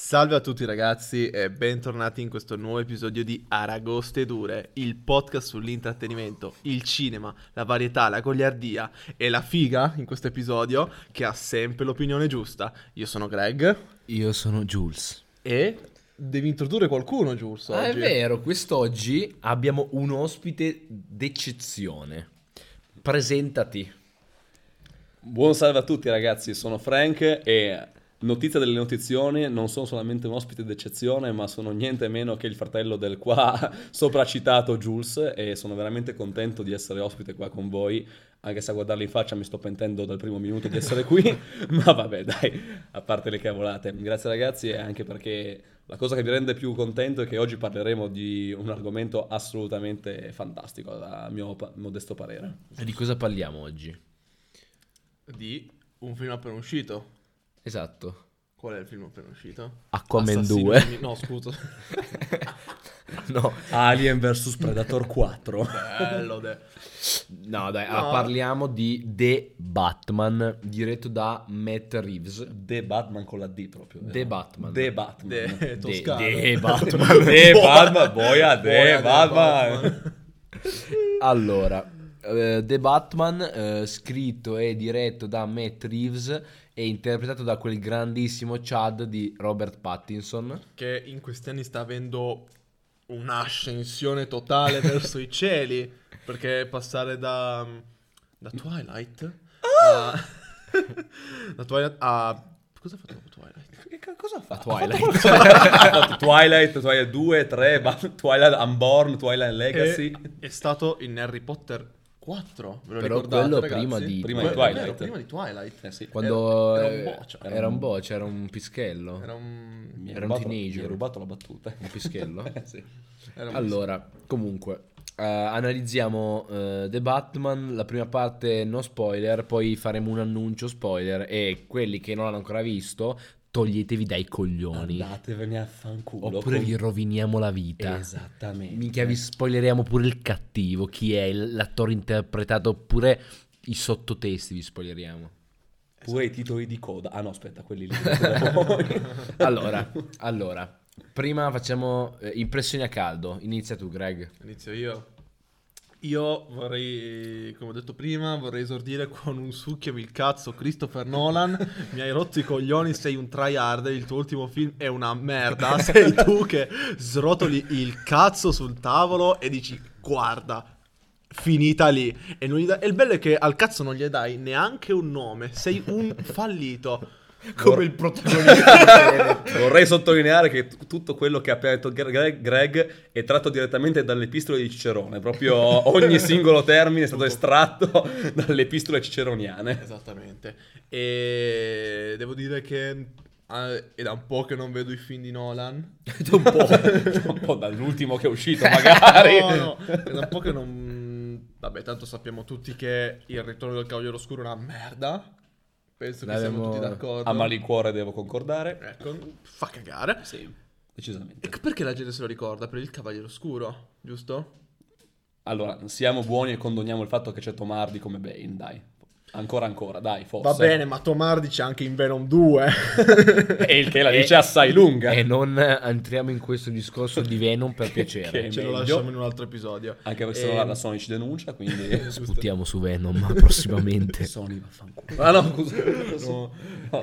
Salve a tutti ragazzi e bentornati in questo nuovo episodio di Aragoste Dure, il podcast sull'intrattenimento, il cinema, la varietà, la goliardia e la figa in questo episodio che ha sempre l'opinione giusta. Io sono Greg Io sono Jules. e devi introdurre qualcuno, Jules, oggi. È vero, quest'oggi abbiamo un ospite d'eccezione. Presentati. Buon salve a tutti ragazzi, sono Frank e notizia delle notizioni, non sono solamente un ospite d'eccezione, ma sono niente meno che il fratello del qua sopracitato Jules e sono veramente contento di essere ospite qua con voi, anche se a guardarli in faccia mi sto pentendo dal primo minuto di essere qui, ma vabbè dai, a parte le cavolate. Grazie ragazzi e anche perché la cosa che mi rende più contento è che oggi parleremo di un argomento assolutamente fantastico, a mio modesto parere. E di cosa parliamo oggi? Di un film appena uscito. Esatto. Qual è il film appena uscito? Aquaman Assassino 2. No, scusa. No, Alien vs Predator 4. Bello, no dai, No. parliamo di The Batman, diretto da Matt Reeves. The Batman con la D proprio. The Batman. The Batman. Toscano. The Batman. The Batman. Boia, The The Batman. Allora, The Batman, scritto e diretto da Matt Reeves e interpretato da quel grandissimo Chad di Robert Pattinson. Che in questi anni sta avendo un'ascensione totale verso i cieli, perché passare da Twilight da Twilight a... Cosa ha fatto dopo Twilight? Che cosa ha fatto? Twilight. Ha fatto Twilight 2, 3, Twilight Unborn, Twilight Legacy. È stato in Harry Potter 4, ve lo Però ricordate, quello ragazzi? prima di Prima Quello- di Twilight. è vero, prima di Twilight. Sì. Quando Era un boccia. era un boccia, era un pischello. Era un... Mi Era un Mi teenager. hai rubato la battuta. Un pischello? Sì. era un- Allora, comunque, analizziamo The Batman, la prima parte no spoiler, poi faremo un annuncio spoiler e quelli che non l'hanno ancora visto, toglietevi dai coglioni. Andatevene a fanculo. Oppure vi roviniamo la vita. Esattamente. Minchia, vi spoileriamo pure il cattivo, chi è l'attore interpretato, oppure i sottotesti vi spoileriamo. Pure i titoli di coda. Ah no, aspetta, quelli lì. Allora, prima facciamo impressioni a caldo. Inizia tu, Greg. Inizio io. Io vorrei, come ho detto prima, vorrei esordire con un succhiami il cazzo Christopher Nolan. Mi hai rotto i coglioni, sei un tryhard, il tuo ultimo film è una merda. Sei tu che srotoli il cazzo sul tavolo e dici guarda, finita lì. E, non gli e il bello è che al cazzo non gli dai neanche un nome, sei un fallito. Come il protagonista. Vorrei sottolineare che tutto quello che ha appena detto Greg è tratto direttamente dalle epistole di Cicerone. Proprio ogni singolo termine è stato estratto dalle epistole ciceroniane. Esattamente. E devo dire che è da un po' che non vedo i film di Nolan. Un po' dall'ultimo che è uscito, magari. No, è da un po' che non... Vabbè, tanto sappiamo tutti che Il Ritorno del Cavaliere Oscuro è una merda. Penso che siamo tutti d'accordo. A malincuore devo concordare. Ecco, fa cagare. Sì, decisamente. E perché la gente se lo ricorda? Per il Cavaliere Oscuro, giusto? Allora, siamo buoni e condoniamo il fatto che c'è Tom Hardy come Bane, dai. Ancora, dai, forse. Va bene, ma Tom Hardy c'è anche in Venom 2. E il che la dice assai lunga. E non entriamo in questo discorso di Venom per piacere. Che- Ce lo meglio. lasciamo in un altro episodio. Anche perché se no la Sony ci denuncia, quindi... Sputiamo su Venom prossimamente. Sony vaffanculo. Ah no, scusa. No. No,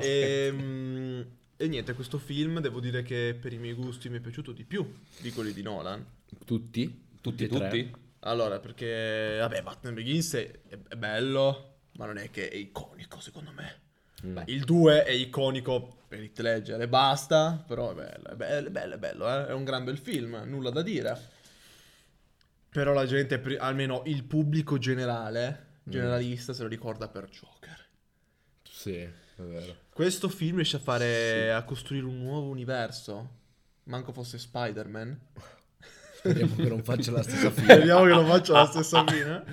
E niente, questo film devo dire che per i miei gusti mi è piaciuto di più di quelli di Nolan. Tutti? Tutti, e tre? tutti? Allora, perché vabbè, Batman Begins è bello, ma non è che è iconico secondo me. Beh, il 2 è iconico per Heath Ledger e basta, però è bello, è bello, è un gran bel film, nulla da dire. Però la gente, almeno il pubblico generalista, se lo ricorda per Joker. Sì, è vero. Questo film riesce a costruire un nuovo universo. Manco fosse Spider-Man. Speriamo che non faccia la stessa fine. Speriamo che lo faccia la stessa fine.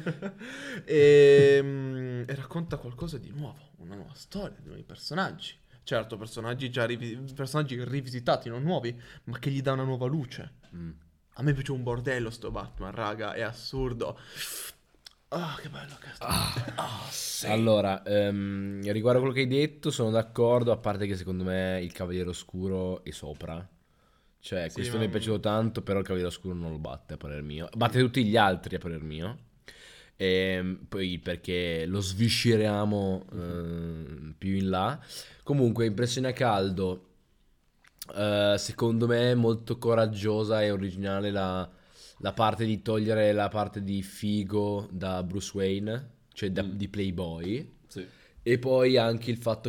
E racconta qualcosa di nuovo, una nuova storia, di nuovi personaggi. Certo, personaggi già personaggi rivisitati, non nuovi, ma che gli dà una nuova luce. A me piace un bordello sto Batman, raga, è assurdo. Ah, che bello che Sì. Allora, riguardo a quello che hai detto, sono d'accordo, a parte che secondo me il Cavaliere Oscuro è sopra. Cioè, Sì, questo ma- mi è piaciuto tanto, però il Cavaliere Oscuro non lo batte a parer mio. Batte tutti gli altri a parer mio. Poi perché lo svisceriamo più in là. Comunque, impressione a caldo. Secondo me è molto coraggiosa e originale la parte di togliere la parte di figo da Bruce Wayne, cioè di Playboy. Sì. E poi anche il fatto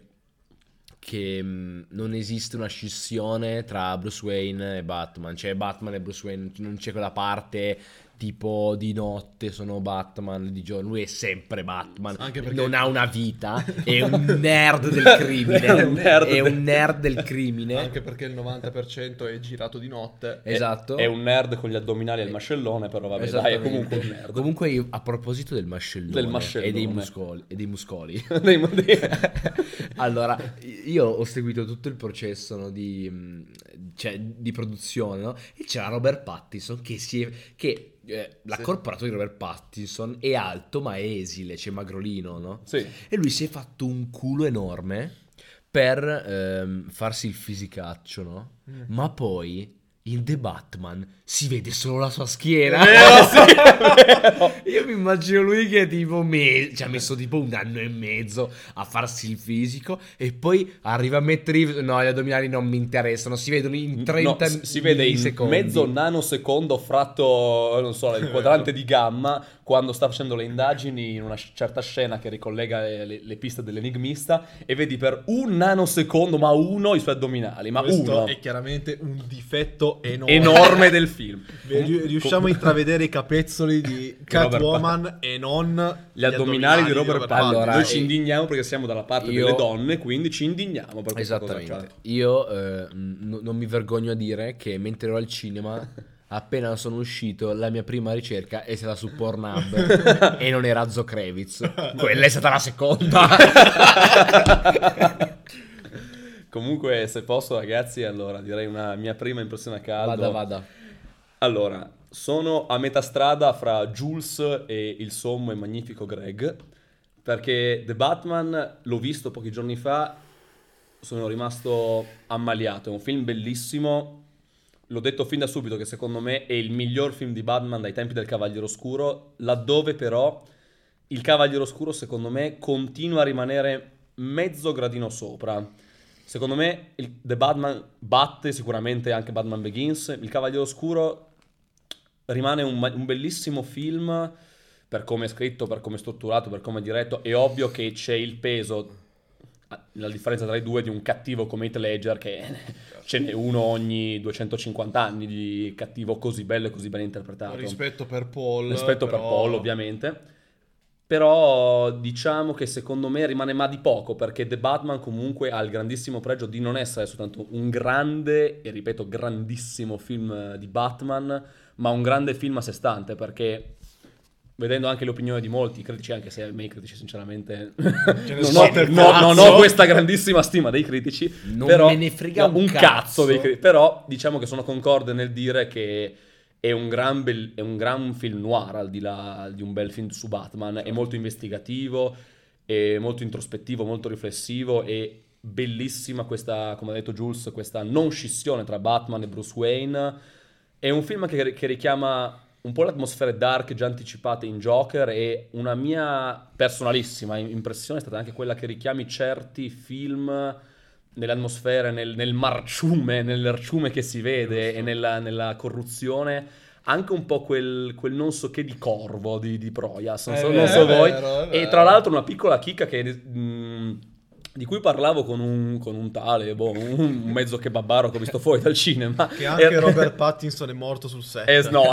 che non esiste una scissione tra Bruce Wayne e Batman, cioè Batman e Bruce Wayne, non c'è quella parte tipo di notte sono Batman, di giorno lui è sempre Batman, Anche perché- non ha una vita, è un nerd del crimine, è un nerd del crimine. Anche perché il 90% è girato di notte. Esatto. È un nerd con gli addominali e il mascellone, però vabbè, dai, è comunque un nerd. Comunque io, a proposito del mascellone, Del mascellone. e dei muscoli. Allora, io ho seguito tutto il processo, no, di produzione, no? E c'era Robert Pattinson l'accorporato di Robert Pattinson è alto ma è esile, c'è magrolino, no? Sì. E lui si è fatto un culo enorme per farsi il fisicaccio, no? Ma poi in The Batman si vede solo la sua schiena. Io mi immagino lui che tipo ci ha messo tipo 1 anno e mezzo a farsi il fisico e poi arriva a mettere no, gli addominali non mi interessano, si vedono in 30 si vede in millisecondi. mezzo nanosecondo fratto, non so, il quadrante di gamma quando sta facendo le indagini in una certa scena che ricollega le piste dell'enigmista e vedi per 1 nanosecondo, ma uno, i suoi addominali, ma Questo uno. è chiaramente un difetto enorme. Enorme del film. Riusciamo a intravedere i capezzoli di Catwoman e non Gli addominali di Robert Pattinson. Allora, Noi ci indigniamo perché siamo dalla parte io- delle donne, quindi ci indigniamo per questa cosa. Esattamente. Cioè. Io non mi vergogno a dire che mentre ero al cinema, appena sono uscito, la mia prima ricerca è stata su Pornhub e non era Zokrevitz. Quella è stata la seconda. Comunque, se posso, ragazzi, allora direi una mia prima impressione a caldo. Vada. Allora, sono a metà strada fra Jules e il sommo e magnifico Greg, perché The Batman l'ho visto pochi giorni fa, sono rimasto ammaliato, è un film bellissimo, l'ho detto fin da subito che secondo me è il miglior film di Batman dai tempi del Cavaliere Oscuro, laddove però il Cavaliere Oscuro secondo me continua a rimanere mezzo gradino sopra. Secondo me The Batman batte sicuramente anche Batman Begins. Il Cavaliere Oscuro rimane un bellissimo film per come è scritto, per come è strutturato, per come è diretto. È ovvio che c'è il peso, la differenza tra i due, di un cattivo come Heath Ledger, che ce n'è uno ogni 250 anni di cattivo così bello e così ben interpretato. Rispetto per Paul. Per però- Paul, ovviamente. Però diciamo che secondo me rimane ma di poco, perché The Batman comunque ha il grandissimo pregio di non essere soltanto un grande, e ripeto grandissimo film di Batman, ma un grande film a sé stante, perché vedendo anche le opinioni di molti critici, anche se a me i critici sinceramente non ho questa grandissima stima dei critici, Non però me ne frega un cazzo cazzo. dei critici, però diciamo che sono concorde nel dire che è un gran film noir, al di là di un bel film su Batman. È molto investigativo, è molto introspettivo, molto riflessivo, e bellissima questa, come ha detto Jules, questa non scissione tra Batman e Bruce Wayne. È un film che richiama un po' le atmosfere dark già anticipate in Joker, e una mia personalissima impressione è stata anche quella che richiami certi film nelle atmosfere, nel marciume, nell'erciume che si vede e nella corruzione, anche un po' quel non so che di Corvo di Proias, non so voi. E tra l'altro una piccola chicca di cui parlavo con un tale, un mezzo kebabaro che ho visto fuori dal cinema. Che anche Robert Pattinson è morto sul set. No,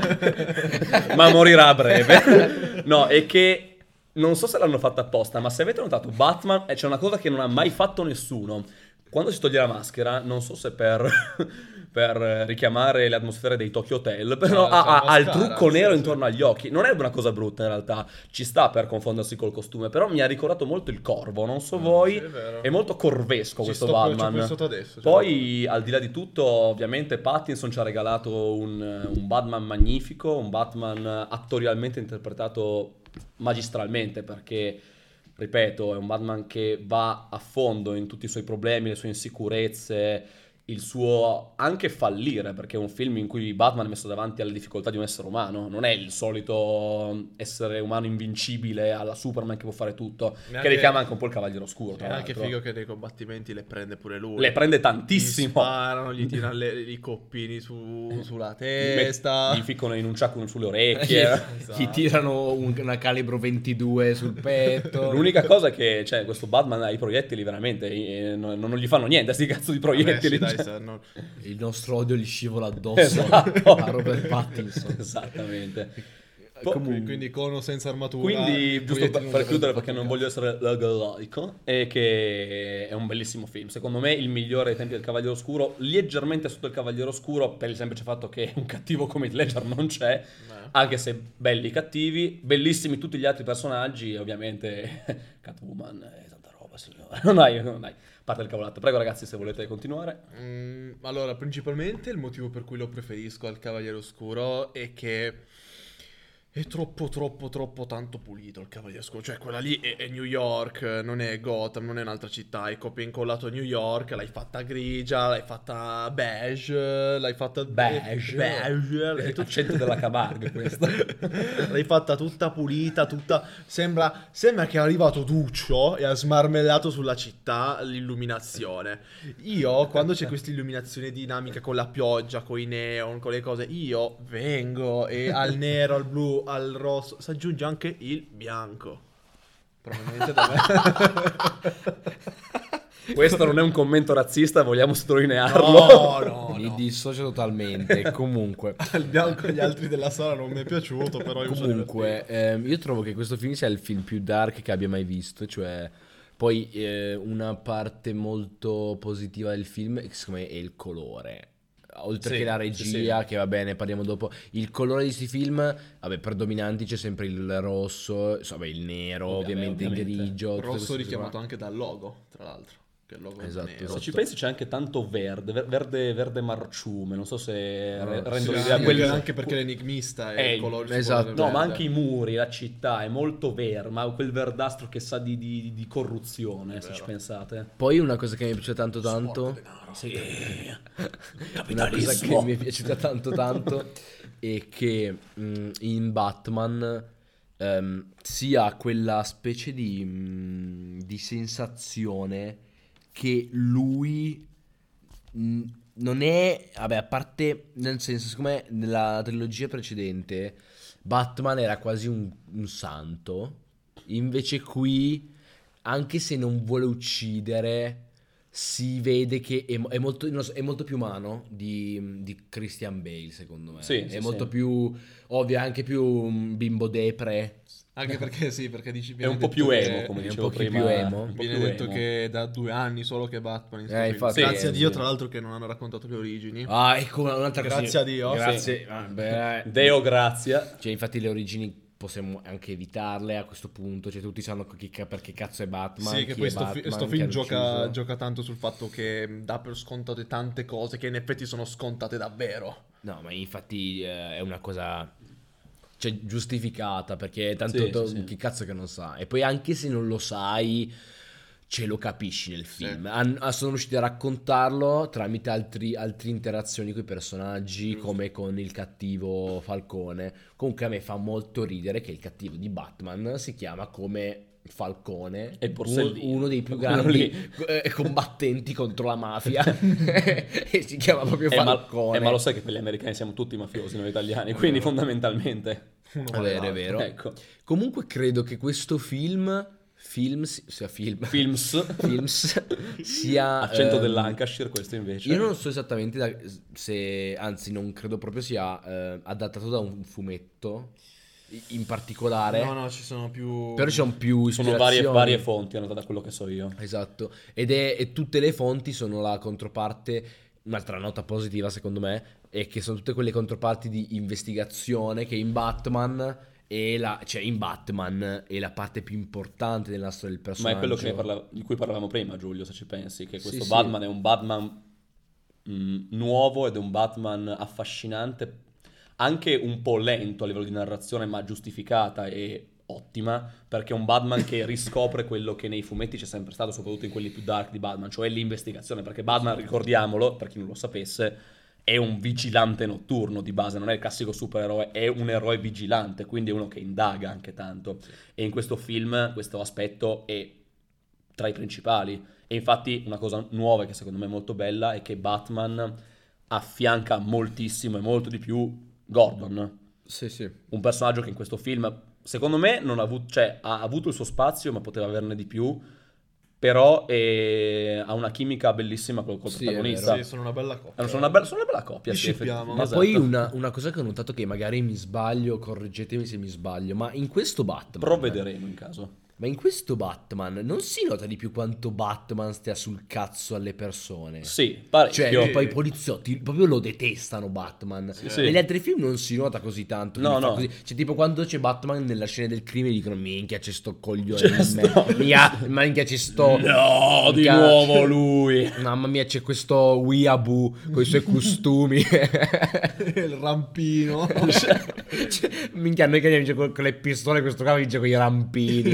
ma morirà a breve. No, è che non so se l'hanno fatta apposta, ma se avete notato Batman c'è una cosa che non ha mai fatto nessuno. Quando si toglie la maschera, non so se per richiamare le atmosfere dei Tokyo Hotel, però c'ha la ha il mascara, trucco nero sì, intorno agli occhi. Non è una cosa brutta in realtà, ci sta per confondersi col costume, però mi ha ricordato molto il Corvo, non so voi, sì, è vero. è molto corvesco Ci questo sto- ci ho Batman. pensato adesso, Poi, al di là di tutto, ovviamente Pattinson ci ha regalato un Batman magnifico, un Batman attorialmente interpretato magistralmente, perché ripeto, è un Batman che va a fondo in tutti i suoi problemi, le sue insicurezze, il suo anche fallire, perché è un film in cui Batman è messo davanti alle difficoltà di un essere umano, non è il solito essere umano invincibile alla Superman che può fare tutto, che richiama anche un po' il Cavaliere Oscuro, È tra anche l'altro. figo che nei combattimenti le prende pure lui. Le prende Gli tantissimo. sparano, gli tirano i coppini sulla testa. Gli ficcano in un ciacco sulle orecchie. Esatto. Gli tirano una calibro 22 sul petto. L'unica cosa è che cioè, questo Batman ha i proiettili veramente, non gli fanno niente, sti cazzo di proiettili. Vabbè, sì, dai, cioè. Il nostro odio gli scivola addosso Esatto. a Robert Pattinson. Esattamente. Comunque, Quindi cono senza armatura. Quindi, giusto proiettili per non chiudere, dovrebbero perché non fare voglio essere logoloico, è che è un bellissimo film. Secondo me il migliore ai tempi del Cavaliere Oscuro, leggermente sotto il Cavaliere Oscuro, per il semplice fatto che un cattivo come Heath Ledger non c'è, anche se belli cattivi, bellissimi tutti gli altri personaggi, e ovviamente Catwoman e tanta roba, signore. Non dai, parte il cavolato. Prego ragazzi, se volete continuare. Allora, principalmente il motivo per cui lo preferisco al Cavaliere Oscuro è che è troppo tanto pulito il Cavaliere Oscuro. Cioè, quella lì è New York, non è Gotham, non è un'altra città. Hai copia e incollato a New York, l'hai fatta grigia, l'hai fatta beige, l'hai fatta È è accento della Camargue questo. L'hai fatta tutta pulita, tutta. Sembra che è arrivato Duccio e ha smarmellato sulla città l'illuminazione. Io, quando c'è questa illuminazione dinamica con la pioggia, con i neon, con le cose, io vengo e al nero, al blu, al rosso, si aggiunge anche il bianco. Probabilmente da me. Questo non è un commento razzista, vogliamo sottolinearlo. No. mi dissocio totalmente. Comunque, Il bianco agli altri della sala non mi è piaciuto, però io sono divertito. io trovo che questo film sia il film più dark che abbia mai visto. Cioè, poi una parte molto positiva del film, che secondo me è il colore. Oltre Sì, che la regia, sì. che va bene, parliamo dopo. Il colore di questi film, vabbè, predominanti c'è sempre il rosso, insomma, il nero, ovviamente il ovviamente. grigio. tutte Rosso queste cose richiamato qua. anche dal logo, tra l'altro. Che il logo è Esatto, nero. Se esatto. ci pensi c'è anche tanto verde marciume, non so se rendo Sì, l'idea. anche perché l'enigmista è il colore esatto. No, ma anche i muri, la città è molto verde, ma quel verdastro che sa di corruzione, se ci pensate. Poi una cosa che mi è piaciuta tanto, Sì. una cosa che mi è piaciuta tanto è che in Batman si ha quella specie di sensazione che lui non è, vabbè, a parte, nel senso, siccome nella trilogia precedente Batman era quasi un santo, invece qui, anche se non vuole uccidere, si vede che è molto, non so, è molto più umano di Christian Bale, secondo me. Sì, è sì, molto sì. più ovvio, anche più un bimbo depre. Anche perché sì, perché È viene un po' detto più che- emo, come è un dicevo po' più prima. emo. un po' Viene più detto emo. che è da 2 anni solo che Batman in sto Eh, film. infatti, Grazie a Dio, sì. tra l'altro, che non hanno raccontato le origini. Ah, ecco un'altra cosa. Grazie a Dio. Grazie. Sì. Vabbè. Deo grazia. Cioè, infatti le origini possiamo anche evitarle a questo punto. Cioè, tutti sanno perché cazzo è Batman. Sì, che chi poi è Batman, sto chi film ha gioca, ucciso. gioca tanto sul fatto che dà per scontate tante cose che in effetti sono scontate davvero. No, ma infatti è una cosa, cioè, giustificata, perché tanto Sì, sì, sì. chi cazzo che non sa. E poi anche se non lo sai, ce lo capisci nel film. Sono riusciti a raccontarlo tramite altre interazioni con i personaggi, come con il cattivo Falcone. Comunque a me fa molto ridere che il cattivo di Batman si chiama come Falcone, E Borsellino. uno dei più Quello grandi combattenti contro la mafia. E si chiama proprio Falcone. Ma lo sai che per gli americani siamo tutti mafiosi, noi italiani, quindi fondamentalmente. È vero, è vero. Ecco. Comunque credo che questo films Films, sia accento ehm, dell'Lancashire, questo invece. io non so esattamente se, anzi non credo proprio sia adattato da un fumetto, in particolare. No, ci sono più... Però ci sono più Sono ispirazioni. varie fonti, da quello che so io. Esatto, e tutte le fonti sono la controparte, un'altra nota positiva secondo me, è che sono tutte quelle controparti di investigazione che in Batman in Batman è la parte più importante della storia del Ma personaggio. è quello di cui parlavamo prima, Giulio, se ci pensi, che questo Sì, Batman è un Batman nuovo ed è un Batman affascinante, anche un po' lento a livello di narrazione, ma giustificata e ottima, perché è un Batman che riscopre quello che nei fumetti c'è sempre stato, soprattutto in quelli più dark di Batman, cioè l'investigazione, perché Batman, ricordiamolo, per chi non lo sapesse, è un vigilante notturno di base, non è il classico supereroe, è un eroe vigilante, quindi è uno che indaga anche tanto. E in questo film questo aspetto è tra i principali. E infatti una cosa nuova che secondo me è molto bella è che Batman affianca moltissimo e molto di più Gordon, Sì. un personaggio che in questo film secondo me non ha avuto, cioè, ha avuto il suo spazio ma poteva averne di più, però ha una chimica bellissima col Sì, protagonista. Sì, sono una bella coppia. Sono una bella coppia, Li sì, shippiamo. Ma esatto. poi una cosa che ho notato, che magari mi sbaglio, correggetemi se mi sbaglio, ma in questo Batman, Provvederemo in caso. ma in questo Batman non si nota di più quanto Batman stia sul cazzo alle persone. Sì, parecchio. Cioè, poi i poliziotti proprio lo detestano Batman. Sì. Negli altri film non si nota così tanto. No, quindi fa no. così. Cioè, tipo quando c'è Batman nella scena del crimine dicono minchia c'è sto coglione C'è in me. sto- Minchia c'è sto... No, di minchia- nuovo lui. Mamma mia c'è questo weeaboo con i suoi costumi. Il rampino. Cioè, minchia noi che andiamo con le pistole, questo qua vince con i rampini.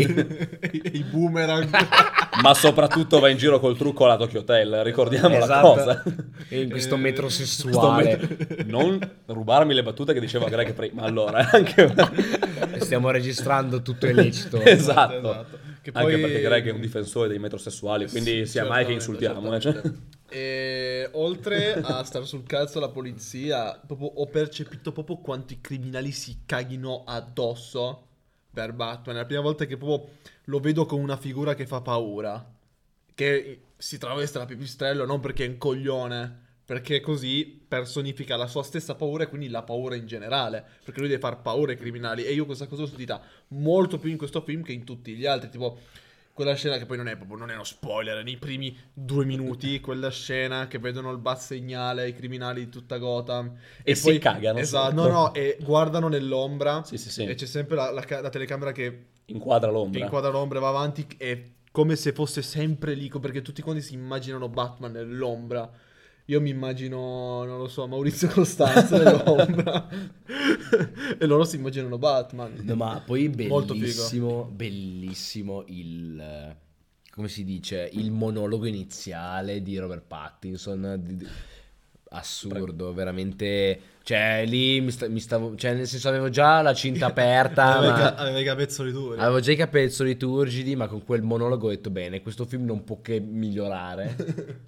I boomerang. Ma soprattutto va in giro col trucco alla Tokyo Hotel, ricordiamo la Esatto. cosa. E in questo metrosessuale. Non rubarmi le battute che diceva Greg prima. Allora, anche... Stiamo registrando tutto illecito. Esatto. Che Anche poi- perché Greg è un difensore dei metrosessuali, quindi Sì, sia mai che certamente, insultiamo. certamente. Cioè. E oltre a stare sul cazzo la polizia, proprio ho percepito proprio quanto i criminali si caghino addosso per Batman. È la prima volta che proprio lo vedo come una figura che fa paura, che si traveste da pipistrello non perché è un coglione, perché così personifica la sua stessa paura e quindi la paura in generale, perché lui deve far paura ai criminali. E io questa cosa l'ho sentita molto più in questo film che in tutti gli altri, tipo quella scena che poi non è uno spoiler, nei primi 2 minuti, quella scena che vedono il bat segnale, i criminali di tutta Gotham E si cagano esatto, sotto. no, e guardano nell'ombra. Sì. E c'è sempre la telecamera che Inquadra l'ombra. inquadra l'ombra e va avanti, è come se fosse sempre lì, perché tutti quanti si immaginano Batman nell'ombra. Io mi immagino, non lo so, Maurizio Costanzo nell'ombra e loro si immaginano Batman. No, ma poi Molto bellissimo il, come si dice, il monologo iniziale di Robert Pattinson. Assurdo, veramente. Cioè, lì mi stavo. Cioè, nel senso, avevo già la cinta aperta. Aveva i capezzoli duri. Avevo già i capezzoli turgidi, ma con quel monologo ho detto: bene, questo film non può che migliorare.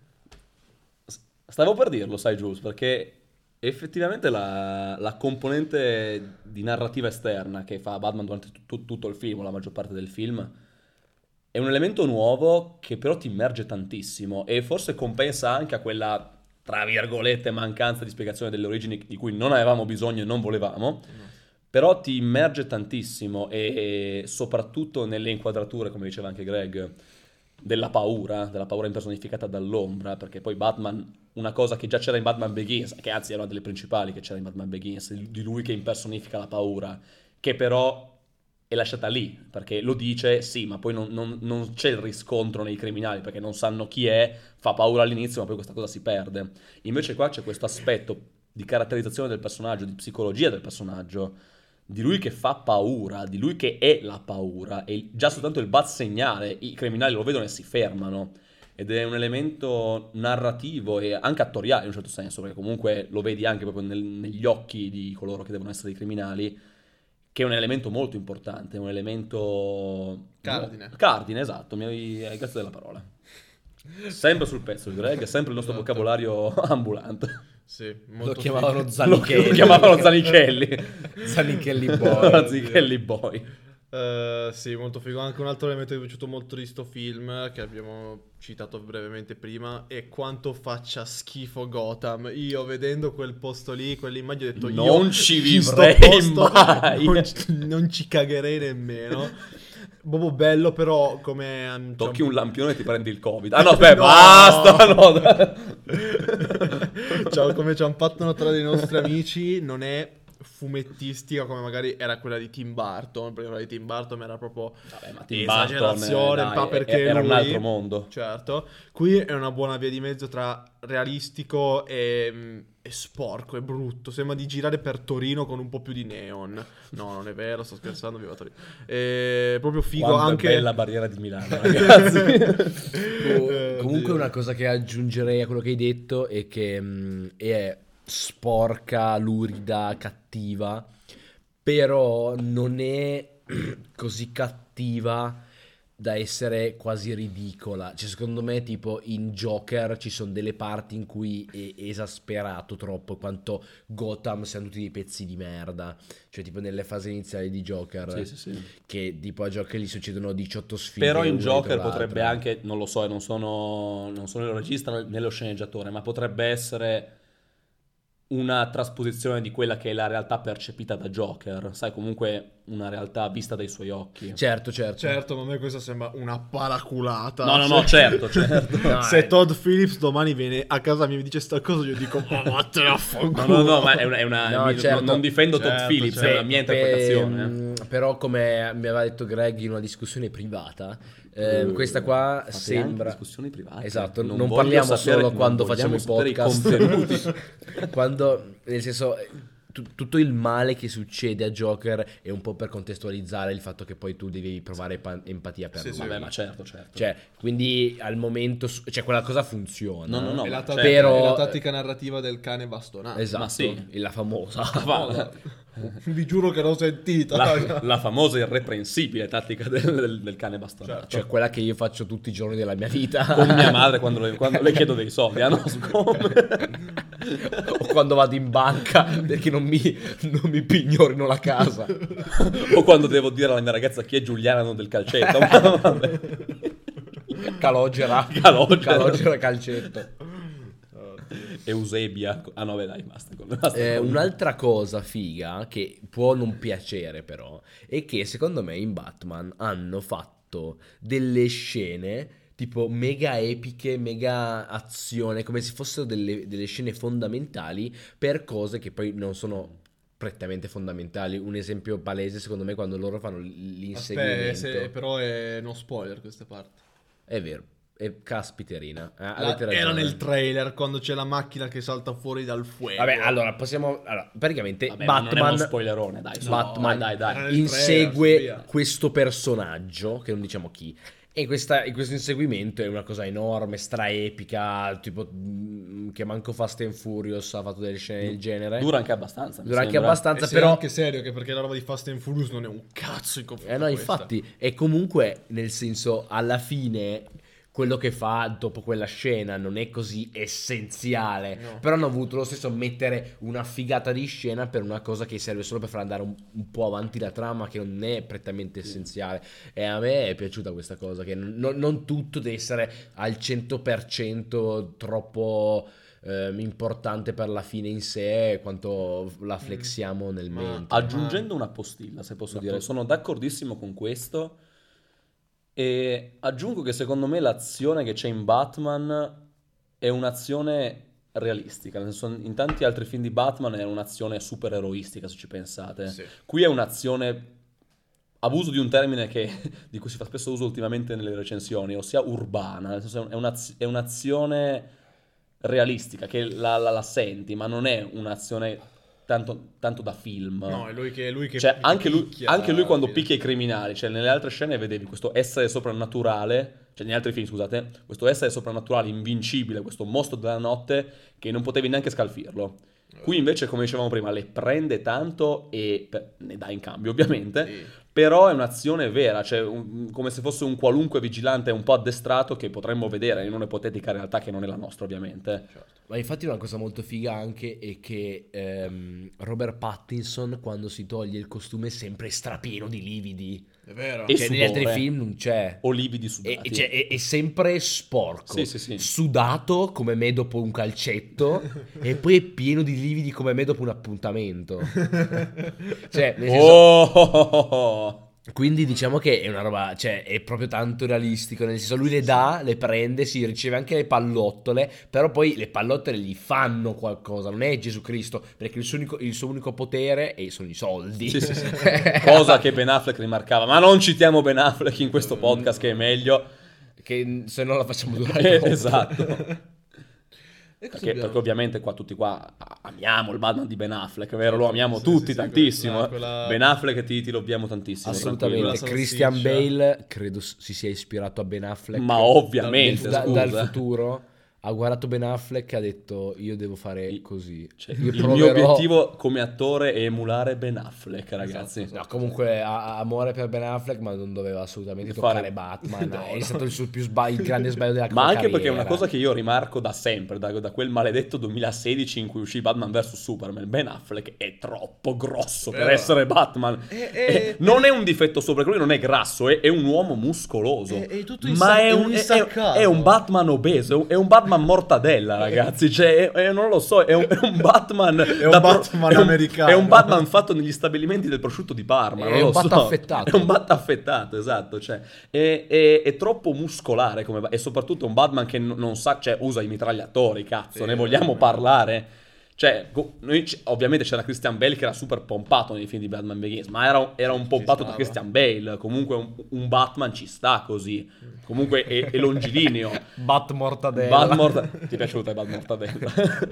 Stavo per dirlo, sai Jules, perché effettivamente la componente di narrativa esterna che fa Batman durante tutto il film, o la maggior parte del film, è un elemento nuovo che però ti immerge tantissimo e forse compensa anche a quella, tra virgolette, mancanza di spiegazione delle origini di cui non avevamo bisogno e non volevamo, però ti immerge tantissimo e soprattutto nelle inquadrature, come diceva anche Greg, della paura impersonificata dall'ombra, perché poi Batman, una cosa che già c'era in Batman Begins, che anzi era una delle principali che c'era in Batman Begins, di lui che impersonifica la paura, che però è lasciata lì, perché lo dice, sì, ma poi non c'è il riscontro nei criminali, perché non sanno chi è, fa paura all'inizio, ma poi questa cosa si perde. Invece qua c'è questo aspetto di caratterizzazione del personaggio, di psicologia del personaggio, di lui che fa paura, di lui che è la paura, e già soltanto il bat segnale, i criminali lo vedono e si fermano, ed è un elemento narrativo e anche attoriale in un certo senso, perché comunque lo vedi anche proprio negli occhi di coloro che devono essere i criminali, che è un elemento molto importante, è un elemento... Cardine. Cardine, esatto, hai grazie della parola. Sempre sul pezzo di Greg, è sempre il nostro Esatto. vocabolario ambulante. Sì, Lo molto chiamavano Lo Zanichelli. chiamavano Zanichelli. Zanichelli Boy. Zanichelli Boy. Sì, molto figo. Anche un altro elemento che mi è piaciuto molto di sto film, che abbiamo citato brevemente prima, è quanto faccia schifo Gotham. Io vedendo quel posto lì, quell'immagine, ho detto Non io ci in sto vivrei posto mai. non ci cagherei nemmeno. Proprio bello, però come Tocchi un lampione e ti prendi il Covid. Ah no, aspetta, No! basta, no, dai. Cioè, come ci hanno fatto notare dei nostri amici, non è fumettistica come magari era quella di Tim Burton, perché quella di Tim Burton era proprio Vabbè, ma Tim esagerazione, Burton, ma dai, perché era un lui- altro mondo. Certo, qui è una buona via di mezzo tra realistico e sporco, e brutto, sembra di girare per Torino con un po' più di neon. No, non è vero, sto scherzando, viva Torino. È proprio figo Quanto anche è bella barriera di Milano, ragazzi. Comunque Dio. una cosa che aggiungerei a quello che hai detto è che è sporca, lurida, cattiva, però non è così cattiva da essere quasi ridicola. Cioè, secondo me, tipo in Joker ci sono delle parti in cui è esasperato troppo quanto Gotham siano tutti dei pezzi di merda. Cioè, tipo nelle fasi iniziali di Joker, Sì, sì, sì. che tipo a Joker gli succedono 18 sfide. Però in una Joker dietro potrebbe l'altra. anche, non lo so, e non sono il regista né lo sceneggiatore, ma potrebbe essere una trasposizione di quella che è la realtà percepita da Joker. Sai, comunque una realtà vista dai suoi occhi. Certo, certo. Certo, ma a me questa sembra una paraculata. No, no, no, certo, certo. No, Se Todd Phillips domani viene a casa mia e mi dice sta cosa, io dico, ma vattene a No, fanculo. no, no, ma è una No, certo. non difendo Todd Certo, Phillips, certo. è una mia interpretazione. Però come mi aveva detto Greg in una discussione privata, questa qua Fate sembra... anche discussioni private. Esatto, non voglio parliamo sapere- solo non quando vogliamo facciamo i sapere podcast. contenuti. Quando, nel senso, tutto il male che succede a Joker è un po' per contestualizzare il fatto che poi tu devi provare empatia per Sì, lui. sì. Vabbè, ma certo, certo. Cioè, quindi al momento, cioè quella cosa funziona. No, no, no. È la, ma tattica, certo. Però- è la tattica narrativa del cane bastonato. Esatto, Ma sì. la famosa. Va- Vi giuro che l'ho sentita. la famosa irreprensibile tattica del cane bastonato. Certo. Cioè quella che io faccio tutti i giorni della mia vita. Con mia madre quando le chiedo dei soldi. Ah no, O quando vado in banca perché non mi pignorino la casa. O quando devo dire alla mia ragazza chi è Giuliano del calcetto. Ma vabbè. Calogera. Calogera. Calogera calcetto. Eusebia. Ah no, beh, dai, basta. Un'altra cosa figa che può non piacere però è che secondo me in Batman hanno fatto delle scene tipo mega epiche, mega azione, come se fossero delle scene fondamentali per cose che poi non sono prettamente fondamentali. Un esempio palese secondo me quando loro fanno l'inseguimento. Però è no spoiler queste parti. È vero. E caspiterina, avete Era ragione. nel trailer quando c'è la macchina che salta fuori dal fuoco. Vabbè, allora possiamo. Allora, praticamente Vabbè, ma non è uno Batman. spoilerone, dai. su. Batman dai, dai. era nel insegue trailer, via. questo personaggio, che non diciamo chi. E questo inseguimento è una cosa enorme, straepica, tipo che manco Fast and Furious ha fatto delle scene del genere. Dura anche abbastanza. mi Dura anche sembra. abbastanza, E però. anche serio, che perché la roba di Fast and Furious non è un cazzo in confronto No, a questa. infatti, e comunque, nel senso, alla fine quello che fa dopo quella scena non è così essenziale, No. però hanno voluto lo stesso mettere una figata di scena per una cosa che serve solo per far andare un po' avanti la trama, che non è prettamente essenziale. E a me è piaciuta questa cosa, che non tutto deve essere al 100% troppo importante per la fine in sé, quanto la flexiamo nel Ma- mentre. Aggiungendo una postilla, se posso dire, sono d'accordissimo con questo. E aggiungo che secondo me l'azione che c'è in Batman è un'azione realistica. Nel senso, in tanti altri film di Batman è un'azione super eroistica, se ci pensate. Sì. Qui è un'azione, abuso di un termine di cui si fa spesso uso ultimamente nelle recensioni, ossia urbana. Nel senso, è un'azione realistica, che la senti, ma non è un'azione tanto da film. No, è lui che Cioè, anche lui picchia, quando alla fine. picchia i criminali, cioè nelle altre scene vedevi questo essere soprannaturale, cioè negli altri film, scusate, questo essere soprannaturale invincibile, questo mostro della notte che non potevi neanche scalfirlo. Qui invece, come dicevamo prima, le prende tanto e ne dà in cambio, ovviamente, Sì. però è un'azione vera, cioè come se fosse un qualunque vigilante un po' addestrato che potremmo vedere in un'ipotetica realtà che non è la nostra, ovviamente. Ma infatti una cosa molto figa anche è che Robert Pattinson quando si toglie il costume è sempre strapieno di lividi. È vero. E Cioè negli altri sudore. film non c'è. O lividi sudati. Cioè, è sempre sporco, Sì. sudato come me dopo un calcetto e poi è pieno di lividi come me dopo un appuntamento. Cioè, nel senso, Oh! quindi diciamo che è una roba, cioè è proprio tanto realistico, nel senso lui le dà, le prende, si riceve anche le pallottole, però poi le pallottole gli fanno qualcosa, non è Gesù Cristo, perché il suo unico potere sono i soldi. Sì. Cosa che Ben Affleck rimarcava, ma non citiamo Ben Affleck in questo podcast che è meglio. Che se no la facciamo durare troppo. Esatto. E cosa Perché abbiamo? ovviamente qua tutti qua amiamo il Batman di Ben Affleck, vero? Lo Sì, amiamo sì, tutti sì, tantissimo. quella- Ben Affleck ti lobbiamo tantissimo. Assolutamente, tranquillo. Christian Salsiccia. Bale credo si sia ispirato a Ben Affleck. Ma ovviamente, dal scusa. futuro ha guardato Ben Affleck e ha detto io devo fare così. Cioè, Io il mio proverò- obiettivo come attore è emulare Ben Affleck, ragazzi. No, comunque ha amore per Ben Affleck, ma non doveva assolutamente toccare Batman. No, È no. stato il grande sbaglio della Ma anche carriera. perché è una cosa che io rimarco da sempre, da quel maledetto 2016 in cui uscì Batman vs Superman. Ben Affleck è troppo grosso per Vero. essere Batman. Non è un difetto sopra, lui non è grasso, è un uomo muscoloso. È tutto ma è è un, un è- insaccato. è un Batman obeso, è un Batman mortadella, ragazzi. Cioè, non lo so, è un Batman. È un Batman americano. È un Batman fatto negli stabilimenti del prosciutto di Parma. È non lo un Bat so. affettato. È un Bat affettato, esatto. Cioè, è troppo muscolare e soprattutto un Batman che non sa, cioè, usa i mitragliatori, cazzo, Sì, ne vogliamo parlare? Cioè, ovviamente c'era Christian Bale che era super pompato nei film di Batman Begins, ma era un pompato da stava. Christian Bale. Comunque un Batman ci sta così. Comunque è longilineo. Bat mortadella. Ti è piaciuta Bat Mortadella?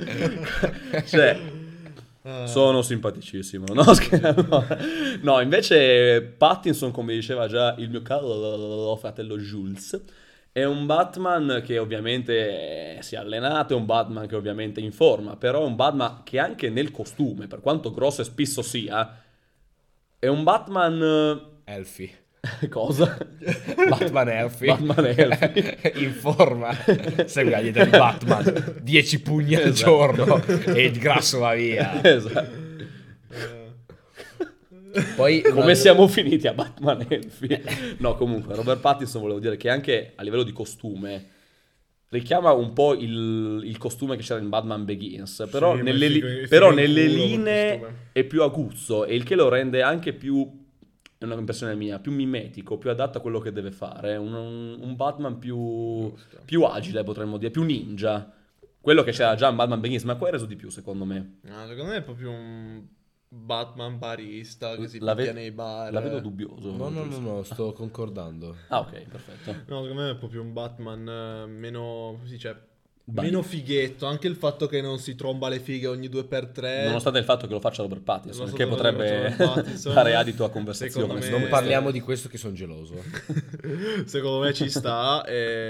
Cioè, sono simpaticissimo. No, scherzo. No, invece Pattinson, come diceva già il mio caro fratello Jules, è un Batman che ovviamente si è allenato, è un Batman che ovviamente è in forma, però è un Batman che anche nel costume, per quanto grosso e spisso sia, è un Batman... Elfi. Cosa? Batman Elfi. Batman Elfi. In forma. Segui la dieta di Batman. 10 pugni al giorno e il grasso va via. Esatto. Poi Come siamo finiti a Batman Elfi? No, comunque, Robert Pattinson volevo dire che anche a livello di costume richiama un po' il costume che c'era in Batman Begins, però Sì, ma nelle, è li- figo- è però figo in nelle culo quel linee costume. è più aguzzo, e il che lo rende anche più, è una impressione mia, più mimetico, più adatto a quello che deve fare, un Batman più agile, potremmo dire, più ninja. Quello che c'era già in Batman Begins, ma qua è reso di più, secondo me. No, secondo me è proprio un Batman barista che si La picchia ve- nei bar. La vedo dubbioso. No, sto concordando. Ah, ok, perfetto. No, secondo me è proprio un Batman meno, come si dice, Beh. meno fighetto. Anche il fatto che non si tromba le fighe ogni 2x3. Nonostante il fatto che lo faccia Robert Pattinson, che Nonostante potrebbe lo faccia Robert Pattinson, dare adito a conversazione. secondo me- su Non questo. parliamo di questo che sono geloso. Secondo me ci sta.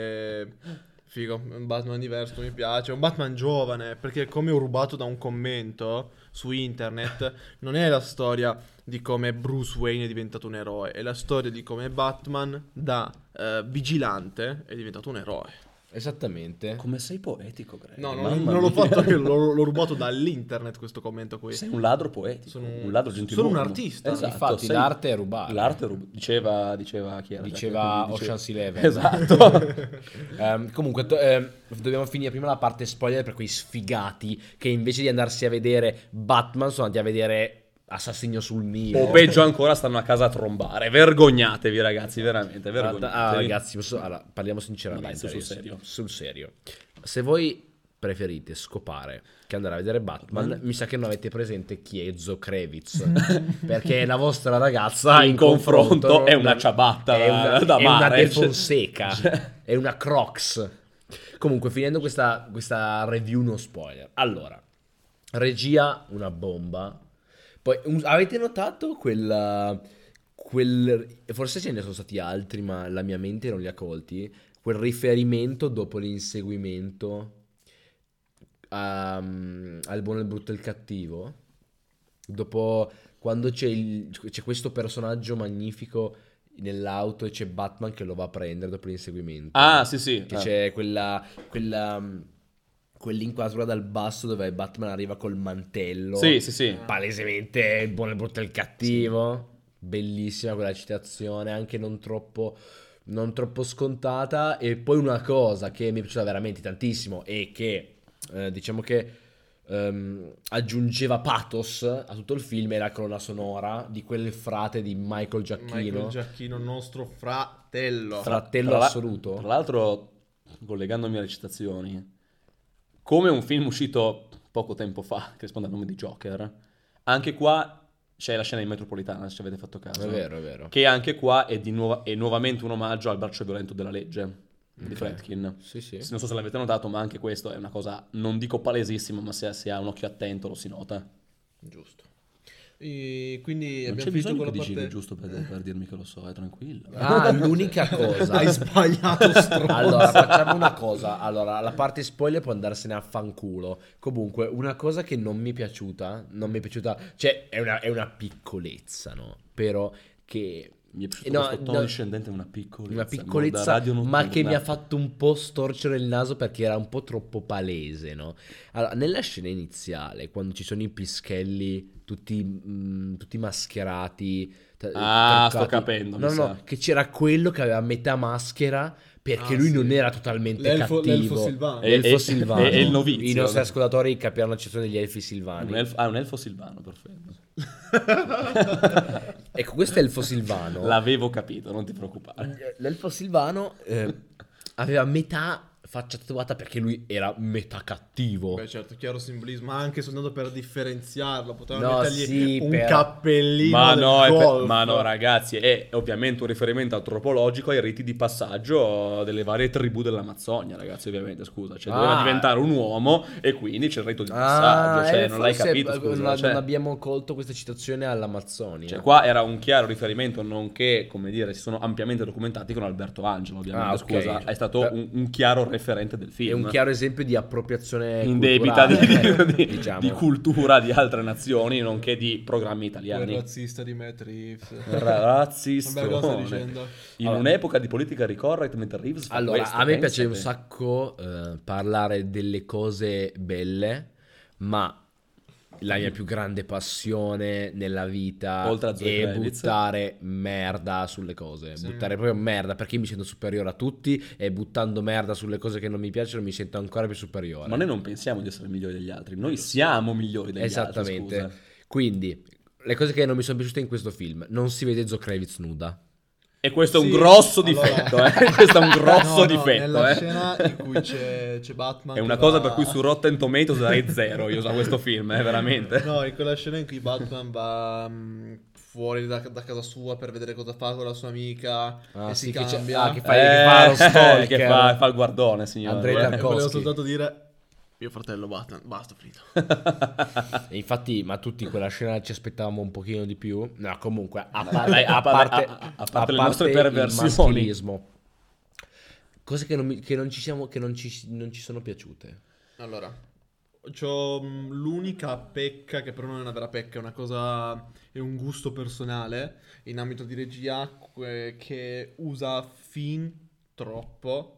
Figo, è un Batman diverso, mi piace. È un Batman giovane, perché come ho rubato da un commento su internet, non è la storia di come Bruce Wayne è diventato un eroe, è la storia di come Batman da vigilante è diventato un eroe. Esattamente. Come sei poetico, Greg. No, Mamma non l'ho mia. fatto io, l'ho rubato dall'internet questo commento qui. Sei un ladro poetico, Sono un ladro gentiluomo. sono un artista. Esatto, Infatti sei- l'arte è rubare. L'arte Diceva chi era? Diceva Dice- Ocean's Eleven. Esatto. Comunque, dobbiamo finire prima la parte spoiler per quei sfigati che invece di andarsi a vedere Batman sono andati a vedere Assassino sul Nilo. O peggio ancora, stanno a casa a trombare. Vergognatevi, ragazzi, veramente, vergognatevi. Ragazzi, parliamo sinceramente. Vabbè, sul adesso. serio. Sul serio. Se voi preferite scopare che andare a vedere Batman, mi sa che non avete presente chi è Zoe Kravitz. Perché la vostra ragazza In confronto è una ciabatta da è una mare. De Fonseca. È una Crocs. Comunque, finendo questa review no spoiler. Allora, regia, una bomba. Poi, avete notato forse ce ne sono stati altri, ma la mia mente non li ha colti. Quel riferimento dopo l'inseguimento al buono, il brutto e il cattivo. Dopo, quando c'è questo personaggio magnifico nell'auto e c'è Batman che lo va a prendere dopo l'inseguimento. Ah, sì. Che c'è quell'inquadratura dal basso dove Batman arriva col mantello. Sì. Palesemente il buono, il brutto e il cattivo. Bellissima quella citazione, anche non troppo scontata. E poi una cosa che mi è piaciuta veramente tantissimo e che diciamo che aggiungeva pathos a tutto il film è la colonna sonora di quel frate di Michael Giacchino, nostro fratello. fratello assoluto. Tra l'altro, collegandomi alle citazioni, come un film uscito poco tempo fa, che risponde al nome di Joker, anche qua c'è la scena in metropolitana, se ci avete fatto caso. È vero. Che anche qua è nuovamente un omaggio al braccio violento della legge di Friedkin. Sì. Non so se l'avete notato, ma anche questo è una cosa, non dico palesissima, ma se si ha un occhio attento lo si nota. Giusto. E quindi Non abbiamo c'è finito bisogno con che la dici parte... giusto per dirmi che lo so, è tranquillo. L'unica cosa. Hai sbagliato, stronzo. Allora, facciamo una cosa. Allora, la parte spoiler può andarsene a fanculo. Comunque, una cosa che non mi è piaciuta, cioè è una piccolezza, no? Però che Mi è piaciuto questo tono discendente, una una piccolezza piccolezza, radio ma che mi ha notturna. fatto un po' storcere il naso perché era un po' troppo palese, no? Allora, nella scena iniziale, quando ci sono i pischelli tutti mascherati, Ah, sto truccati, capendo, mi no, sa. che c'era quello che aveva metà maschera perché Ah, lui sì. non era totalmente L'elfo cattivo. Silvano. L'elfo E- Silvano. e il novizio. I nostri ascoltatori capiranno l'accezione degli elfi silvani. Un elfo silvano, perfetto. Ecco, questo elfo silvano. L'avevo capito, non ti preoccupare. L'elfo silvano aveva metà faccia tatuata perché lui era metà cattivo. Beh, certo, chiaro simbolismo, ma anche soltanto per differenziarlo, potevano No, mettergli sì, un però- cappellino Ma del no, golf. ma no, ragazzi, è ovviamente un riferimento antropologico ai riti di passaggio delle varie tribù dell'Amazzonia, ragazzi, ovviamente, scusa. Cioè, doveva diventare un uomo e quindi c'è il rito di passaggio, cioè, non l'hai forse capito, scusa. non Cioè, abbiamo colto questa citazione all'Amazzonia. cioè, qua era un chiaro riferimento, nonché, come dire, si sono ampiamente documentati con Alberto Angelo, ovviamente, Ah, ok. scusa. È stato Beh, un chiaro referente del è film. un chiaro esempio di appropriazione Indebita culturale, di diciamo. cultura di altre nazioni, nonché di programmi Quel italiani. razzista di Matt Reeves. Razzistone. Vabbè, cosa stai dicendo? In Allora- un'epoca di politica correct, Matt Reeves fa Allora, questo, a me piace un pensate. sacco parlare delle cose belle, ma la mia più grande passione nella vita Oltre a Zoe è Kravitz. buttare merda sulle cose, Sì. buttare proprio merda perché mi sento superiore a tutti e buttando merda sulle cose che non mi piacciono mi sento ancora più superiore. Ma noi non pensiamo di essere migliori degli altri, noi siamo migliori degli Esattamente. altri, scusa. Quindi, le cose che non mi sono piaciute in questo film, non si vede Zoe Kravitz nuda. E questo è un Sì, grosso allora- difetto, Questo è un grosso No, difetto, nella scena in cui c'è Batman È una che cosa va- per cui su Rotten Tomatoes darei 0 io su questo film, veramente. No, in quella scena in cui Batman va fuori da casa sua per vedere cosa fa con la sua amica e si che c'è- cambia. che fa lo stalker. che fa il guardone, signore. Andrea E Tarkovsky. volevo soltanto dire mio fratello Batman, basta, finito. E infatti, ma tutti quella scena ci aspettavamo un pochino di più. No, comunque, a Dai, parte, a parte le nostre il perversioni. maschilismo. Cose che non ci sono piaciute. Allora, c'ho l'unica pecca, che però non è una vera pecca, è una cosa, è un gusto personale in ambito di regia che usa fin troppo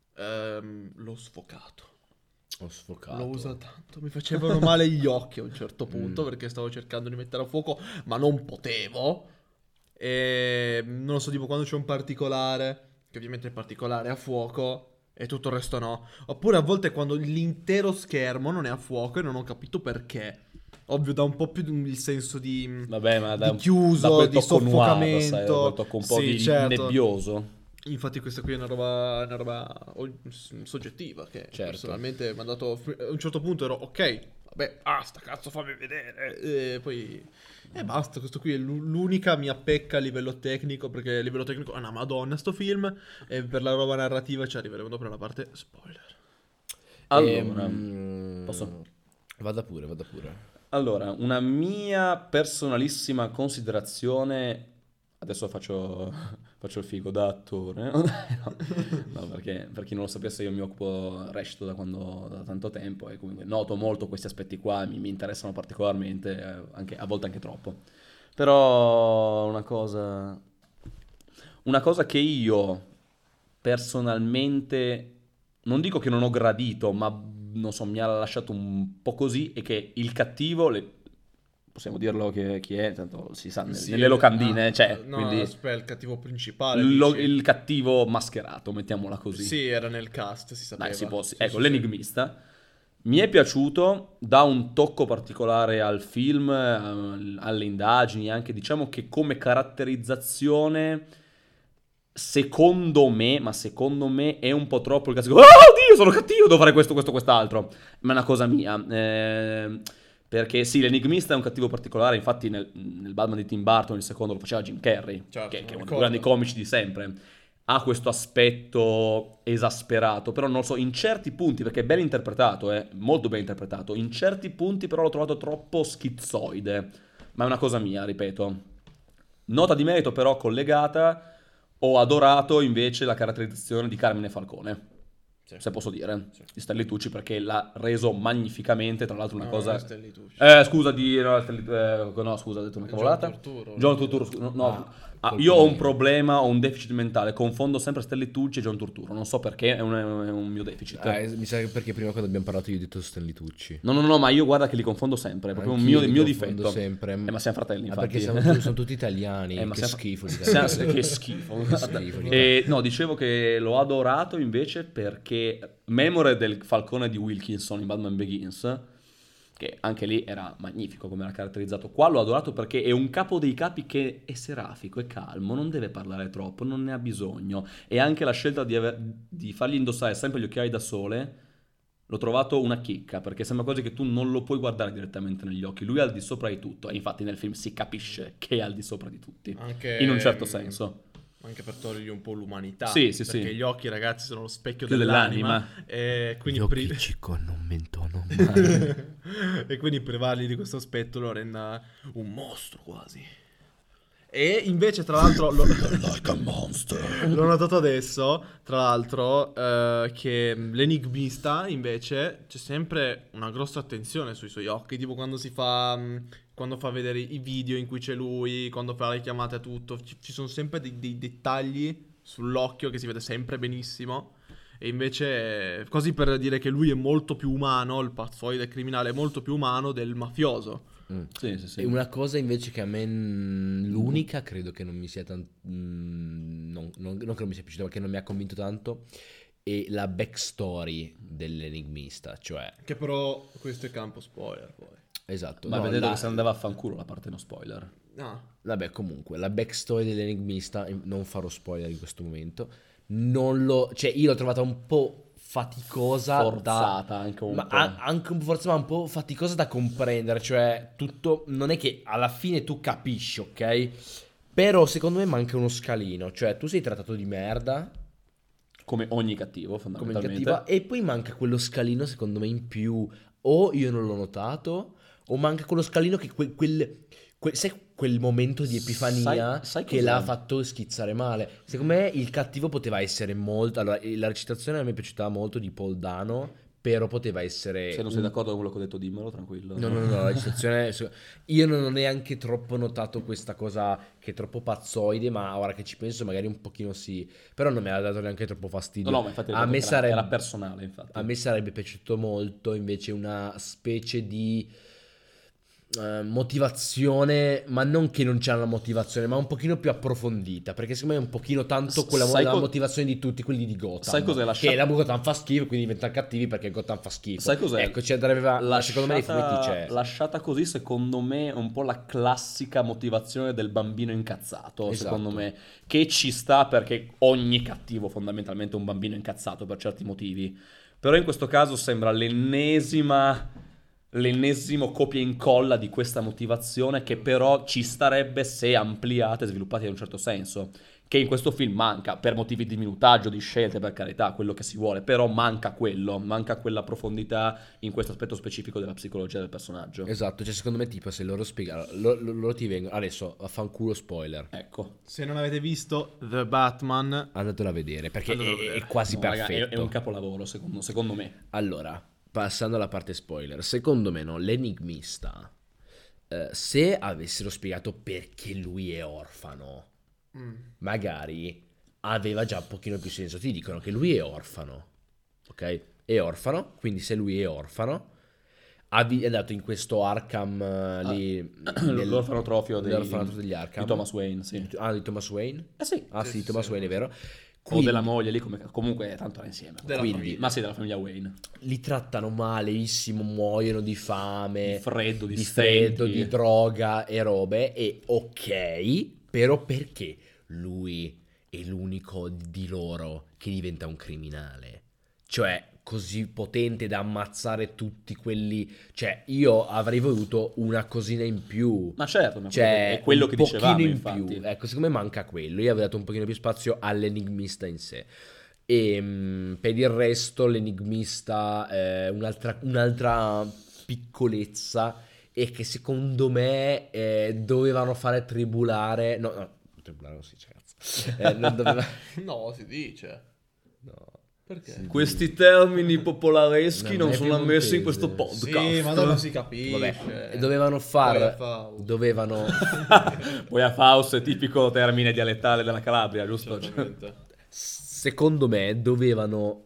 lo sfocato. Ho sfocato. Lo usa tanto, mi facevano male gli occhi a un certo punto perché stavo cercando di mettere a fuoco, ma non potevo. E non lo so, tipo quando c'è un particolare, che ovviamente il particolare è a fuoco e tutto il resto no. Oppure a volte quando l'intero schermo non è a fuoco e non ho capito perché. Ovvio, dà un po' più il senso di, Vabbè, ma di chiuso, da quel di tocco noir, soffocamento. sai, da quel tocco un po' Sì, di certo. nebbioso. Infatti questa qui è una roba soggettiva che Certo. personalmente mi ha dato... A un certo punto ero ok, vabbè, basta, cazzo, fammi vedere. E poi... E basta, questo qui è l'unica mia pecca a livello tecnico, perché a livello tecnico è una madonna sto film, e per la roba narrativa ci arriveremo dopo nella parte spoiler. Allora, posso? Vada pure. Allora, una mia personalissima considerazione, adesso faccio faccio il figo da attore. No, perché per chi non lo sapesse io mi occupo recito da tanto tempo e comunque noto molto questi aspetti qua, mi interessano particolarmente, anche, a volte anche troppo. Però una cosa che io personalmente non dico che non ho gradito, ma non so, mi ha lasciato un po' così, è che il cattivo, possiamo dirlo che chi è, tanto si sa Sì, nelle locandine, cioè, no, quindi aspetta, il cattivo principale, dici? il cattivo mascherato, mettiamola così. Sì, era nel cast, si sapeva. Dai, si può, sì. Sì, Ecco, sì, l'enigmista mi è piaciuto, dà un tocco particolare al film, alle indagini, anche diciamo che come caratterizzazione, secondo me è un po' troppo il classico, oh Dio, sono cattivo, devo fare questo, quest'altro. Ma è una cosa mia. Perché sì, l'enigmista è un cattivo particolare, infatti nel Batman di Tim Burton, il secondo lo faceva Jim Carrey, Certo, che è uno dei ricordo. grandi comici di sempre. Ha questo aspetto esasperato, però non lo so, in certi punti, perché è ben interpretato, molto ben interpretato, in certi punti però l'ho trovato troppo schizzoide, ma è una cosa mia, ripeto. Nota di merito però collegata, ho adorato invece la caratterizzazione di Carmine Falcone, Sì. se posso dire, Sì. di Stanley Tucci, perché l'ha reso magnificamente, tra l'altro una No, cosa... non è Stanley Tucci. Scusa, no, scusa, ho detto una È cavolata. John Turturro. John Turturro, colpa io ho un mia. problema, ho un deficit mentale, confondo sempre Stanley Tucci e John Turturro, non so perché, è un mio deficit. Mi sa che perché prima quando abbiamo parlato io ho detto Stanley Tucci. No, ma io guarda che li confondo sempre, è proprio un Anch'io mio, li mio confondo difetto. sempre. Ma siamo fratelli, Ah, infatti. perché sono tutti italiani, Ma che siamo- schifo gli siamo- italiani. che schifo. Che schifo gli italiani. No, dicevo che l'ho adorato invece perché memore del Falcone di Wilkinson in Batman Begins, che anche lì era magnifico come era caratterizzato, qua l'ho adorato perché è un capo dei capi che è serafico, è calmo, non deve parlare troppo, non ne ha bisogno, e anche la scelta di fargli indossare sempre gli occhiali da sole l'ho trovato una chicca, perché sembra quasi che tu non lo puoi guardare direttamente negli occhi, lui è al di sopra di tutto, e infatti nel film si capisce che è al di sopra di tutti, Anche, in un certo senso. Anche per togliergli un po' l'umanità. Sì, sì, perché sì. gli occhi, ragazzi, sono lo specchio Più dell'anima. E quindi, Gli occhi ci mentono male. e quindi privargli di questo aspetto lo rende un mostro quasi. E invece, tra l'altro, Like a monster. l'ho notato adesso, tra l'altro, che l'enigmista invece c'è sempre una grossa attenzione sui suoi occhi, tipo quando fa vedere i video in cui c'è lui, quando fa le chiamate a tutto, ci sono sempre dei dettagli sull'occhio che si vede sempre benissimo. E invece, così per dire che lui è molto più umano, il pazzoide criminale è molto più umano del mafioso. Sì, sì, sì. E una cosa invece che a me l'unica credo che non mi sia tanto non che non mi sia piaciuta, perché non mi ha convinto tanto, è la backstory dell'enigmista, cioè Che però questo è campo spoiler poi. esatto, Ma no, vedete la- che se ne andava a fanculo la parte no spoiler. No. vabbè, comunque la backstory dell'enigmista, non farò spoiler in questo momento, non lo, cioè io l'ho trovata un po' faticosa, Forzata anche un ma po'. anche un po' forse, ma un po' faticosa da comprendere, cioè tutto, non è che alla fine tu capisci, ok? Però secondo me manca uno scalino, cioè tu sei trattato di merda Come ogni cattivo, come fondamentalmente. cattiva e poi manca quello scalino secondo me in più, o io non l'ho notato, o manca quello scalino che sai quel momento di epifania Sai che cos'è? l'ha fatto schizzare male. Secondo me il cattivo poteva essere molto, allora la recitazione a me è piaciuta molto di Paul Dano, però poteva essere Se non sei d'accordo con quello che ho detto, dimmelo, tranquillo. No, la recitazione io non ho neanche troppo notato questa cosa che è troppo pazzoide, ma ora che ci penso magari un pochino sì, però non mi ha dato neanche troppo fastidio. No, ma infatti A me era personale, infatti. a me sarebbe piaciuto molto invece una specie di motivazione, ma non che non c'è una motivazione, ma un pochino più approfondita, perché secondo me è un pochino tanto quella Sai la co- motivazione di tutti quelli di Gotham. Sai cos'è la Che la Gotham fa schifo, quindi diventano cattivi perché Gotham fa schifo. Sai cos'è? Ecco, ci andrebbe, secondo me nei fumetti c'è. Lasciata così, secondo me, è un po' la classica motivazione del bambino incazzato, Esatto. secondo me. Che ci sta perché ogni cattivo fondamentalmente è un bambino incazzato per certi motivi. Però in questo caso sembra l'ennesimo copia e incolla di questa motivazione che però ci starebbe se ampliata e sviluppata in un certo senso. che in questo film manca, per motivi di minutaggio, di scelte, per carità, quello che si vuole, però manca quella profondità in questo aspetto specifico della psicologia del personaggio. Esatto, cioè secondo me tipo se loro spiegano, loro ti vengono, adesso affanculo spoiler, Ecco. Se non avete visto The Batman, andatelo a vedere perché Andatelo a vedere. è quasi No, raga, perfetto. è un capolavoro, secondo me. Allora, passando alla parte spoiler, secondo me no, l'enigmista, se avessero spiegato perché lui è orfano, magari aveva già un pochino più senso. Ti dicono che lui è orfano, ok? È orfano, quindi se lui è orfano, è andato in questo Arkham lì, L'orfanotrofio nell'orfanotrofio degli Arkham. di Thomas Wayne, sì. Ah, di Thomas Wayne? Sì. Ah sì, Thomas Wayne, è vero. O della moglie lì, comunque tanto era insieme. Della Quindi, famiglia. ma sì, della famiglia Wayne. Li trattano malissimo, muoiono di fame, Di freddo, di freddo, stenti. di droga e robe. E ok, però perché lui è l'unico di loro che diventa un criminale? Cioè, così potente da ammazzare tutti quelli. Cioè, io avrei voluto una cosina in più. Ma certo, ma Cioè, è quello un che pochino dicevamo, in infatti. più. Ecco, secondo me manca quello. Io avrei dato un pochino più spazio all'enigmista in sé. E per il resto, l'enigmista, un'altra piccolezza è che secondo me dovevano fare tribulare. No, tribulare non si dice, cazzo. Non doveva. no, si dice. No. Perché? Questi termini popolareschi Non non è sono ammessi in piemontese. questo Sì, podcast. ma dopo si capisce. Vabbè, dovevano Poi fare. a Faust. Dovevano. Poi a Faust è tipico termine dialettale della Calabria, giusto? Certamente. Secondo me dovevano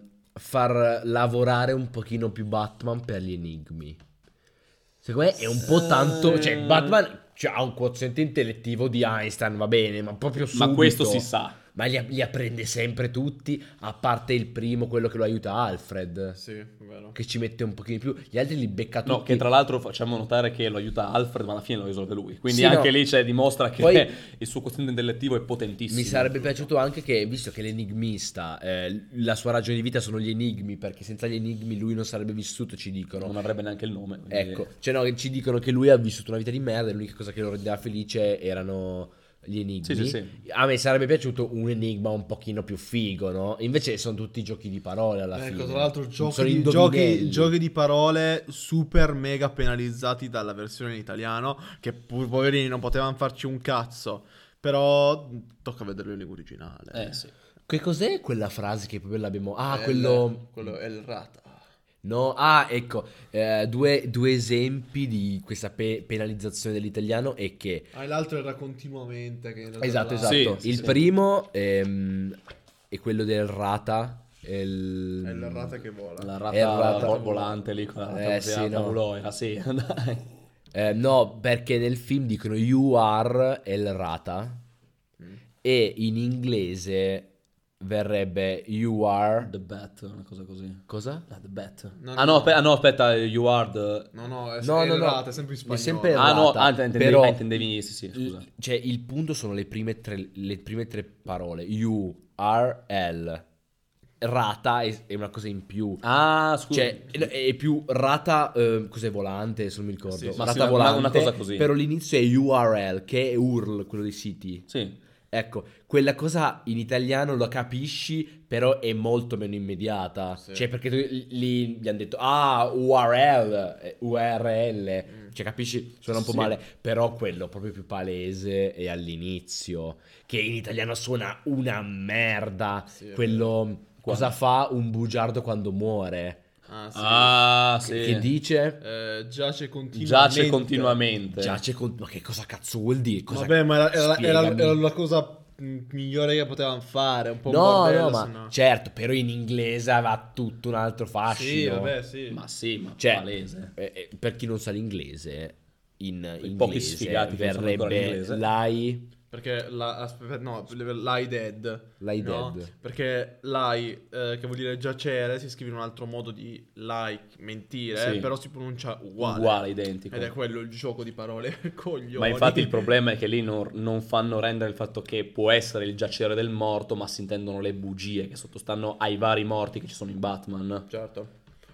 far lavorare un pochino più Batman per gli enigmi. Secondo me è un po' tanto. Cioè, Batman ha un quoziente intellettivo di Einstein, va bene, ma proprio subito. Ma questo si sa. Ma li apprende sempre tutti, a parte il primo, quello che lo aiuta Alfred. Sì, è vero. Che ci mette un pochino di più. Gli altri li becca tutti. No, che tra l'altro facciamo notare che lo aiuta Alfred, ma alla fine lo risolve lui. Quindi Sì, anche no. lì dimostra che Poi- il suo quoziente intellettivo è potentissimo. Mi sarebbe piaciuto anche che, visto che l'enigmista, la sua ragione di vita sono gli enigmi, perché senza gli enigmi lui non sarebbe vissuto, ci dicono. Non avrebbe neanche il nome. quindi- Ecco, cioè no, ci dicono che lui ha vissuto una vita di merda e l'unica cosa che lo rendeva felice erano gli enigmi. Sì, sì, sì. A me sarebbe piaciuto un enigma un pochino più figo, no? Invece sono tutti giochi di parole alla fine. Ecco, tra l'altro Sono giochi indovinelli. di parole super mega penalizzati dalla versione in italiano, che poverini non potevano farci un cazzo, però tocca vederlo in lingua originale. Sì. Che cos'è quella frase che proprio l'abbiamo... Ah, È quello... quello è il rata. No, ecco, due esempi di questa penalizzazione dell'italiano è che... L'altro era continuamente. Che in realtà Esatto, era- esatto. Sì, il sì. primo è quello del rata. È il rata che vola. La È il rata rata- volante lì con la sì, no. tavuloira, sì. Dai. No, perché nel film dicono you are el rata e in inglese verrebbe you are... The Bat, una cosa così. Cosa? The Bat. No, Ah no, no, no, aspetta, you are the... No, è, No, è no, il no. rata, è sempre in È spagnolo. sempre Ah no, rata, intendevi, però- intendevi, sì, scusa. Cioè, il punto sono le prime tre parole. You, R, L. Rata è una cosa in più. Ah, scusa. Cioè, è più rata, cos'è volante, se non mi ricordo. Sì, sì, ma Rata sì, una volante, cosa così. però l'inizio è URL, che è URL, quello dei siti. Sì. Ecco, quella cosa in italiano lo capisci, però è molto meno immediata. Sì. Cioè, perché gli hanno detto, URL. Cioè, capisci? Suona un po' Sì. male. Però quello proprio più palese è all'inizio, che in italiano suona una merda. Sì, è Quello, cosa fa un bugiardo quando muore? Ah, sì. Ah, sì. Che dice? Giace continuamente. Giace continuamente. Ma che cosa cazzo vuol dire? Cosa... Vabbè, ma Spiegami. era la cosa migliore che potevano fare. Un po' un No, bordello, no, ma se no. certo, però in inglese aveva tutto un altro Sì, fascino. vabbè, sì. Ma sì, ma Cioè, palese. per chi non sa l'inglese, in pochi inglese sfigati che non sanno ancora verrebbe l'inglese. l'I, Perché l'hai dead. L'hai no? dead. Perché l'hai, che vuol dire giacere, si scrive in un altro modo di like, mentire, Sì. però si pronuncia uguale. Uguale, identico. Ed è quello il gioco di parole coglioni. Ma infatti il problema è che lì non fanno rendere il fatto che può essere il giacere del morto, ma si intendono le bugie che sottostanno ai vari morti che ci sono in Batman. Certo.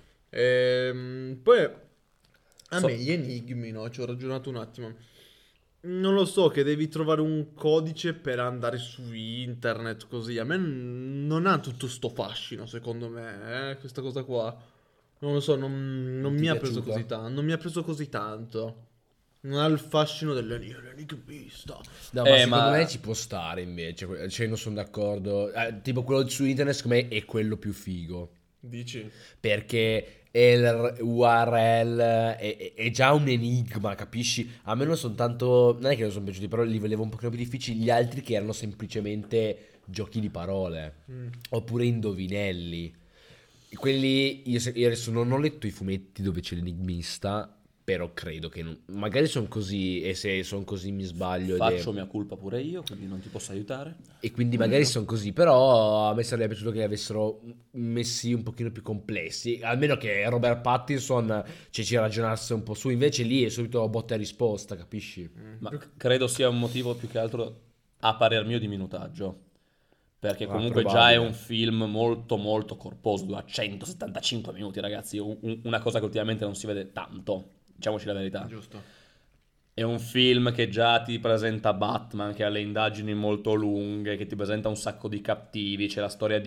Poi a So- me gli enigmi, no? Ci ho ragionato un attimo. Non lo so, che devi trovare un codice per andare su internet così. A me non ha tutto sto fascino, secondo me, questa cosa qua. Non lo so, non Ti mi è ha preso piaciuta? così tanto. Non mi ha preso così tanto. Non ha il fascino dell'enigmista. No, ma secondo Ma me ci può stare invece, cioè non sono d'accordo. Tipo quello su internet secondo me è quello più figo, Dici? perché l'URL è già un enigma, capisci? A me non sono tanto, non è che non sono piaciuti, però li volevo un pochino più difficili gli altri che erano semplicemente giochi di parole, oppure indovinelli. Quelli, io adesso non ho letto i fumetti dove c'è l'enigmista, però credo che magari sono così, e se sono così mi sbaglio faccio mia colpa pure io, quindi non ti posso aiutare. e quindi magari sono così, però a me sarebbe piaciuto che li avessero messi un pochino più complessi, almeno che Robert Pattinson ci ragionasse un po' su, invece lì è subito botta e risposta, capisci? Ma credo sia un motivo più che altro, a parer mio, di minutaggio. Perché comunque già è Probabile. un film molto molto corposo, dura 175 minuti, ragazzi, una cosa che ultimamente non si vede tanto, diciamoci la verità. Giusto. È un film che già ti presenta Batman, che ha le indagini molto lunghe, che ti presenta un sacco di cattivi, c'è la storia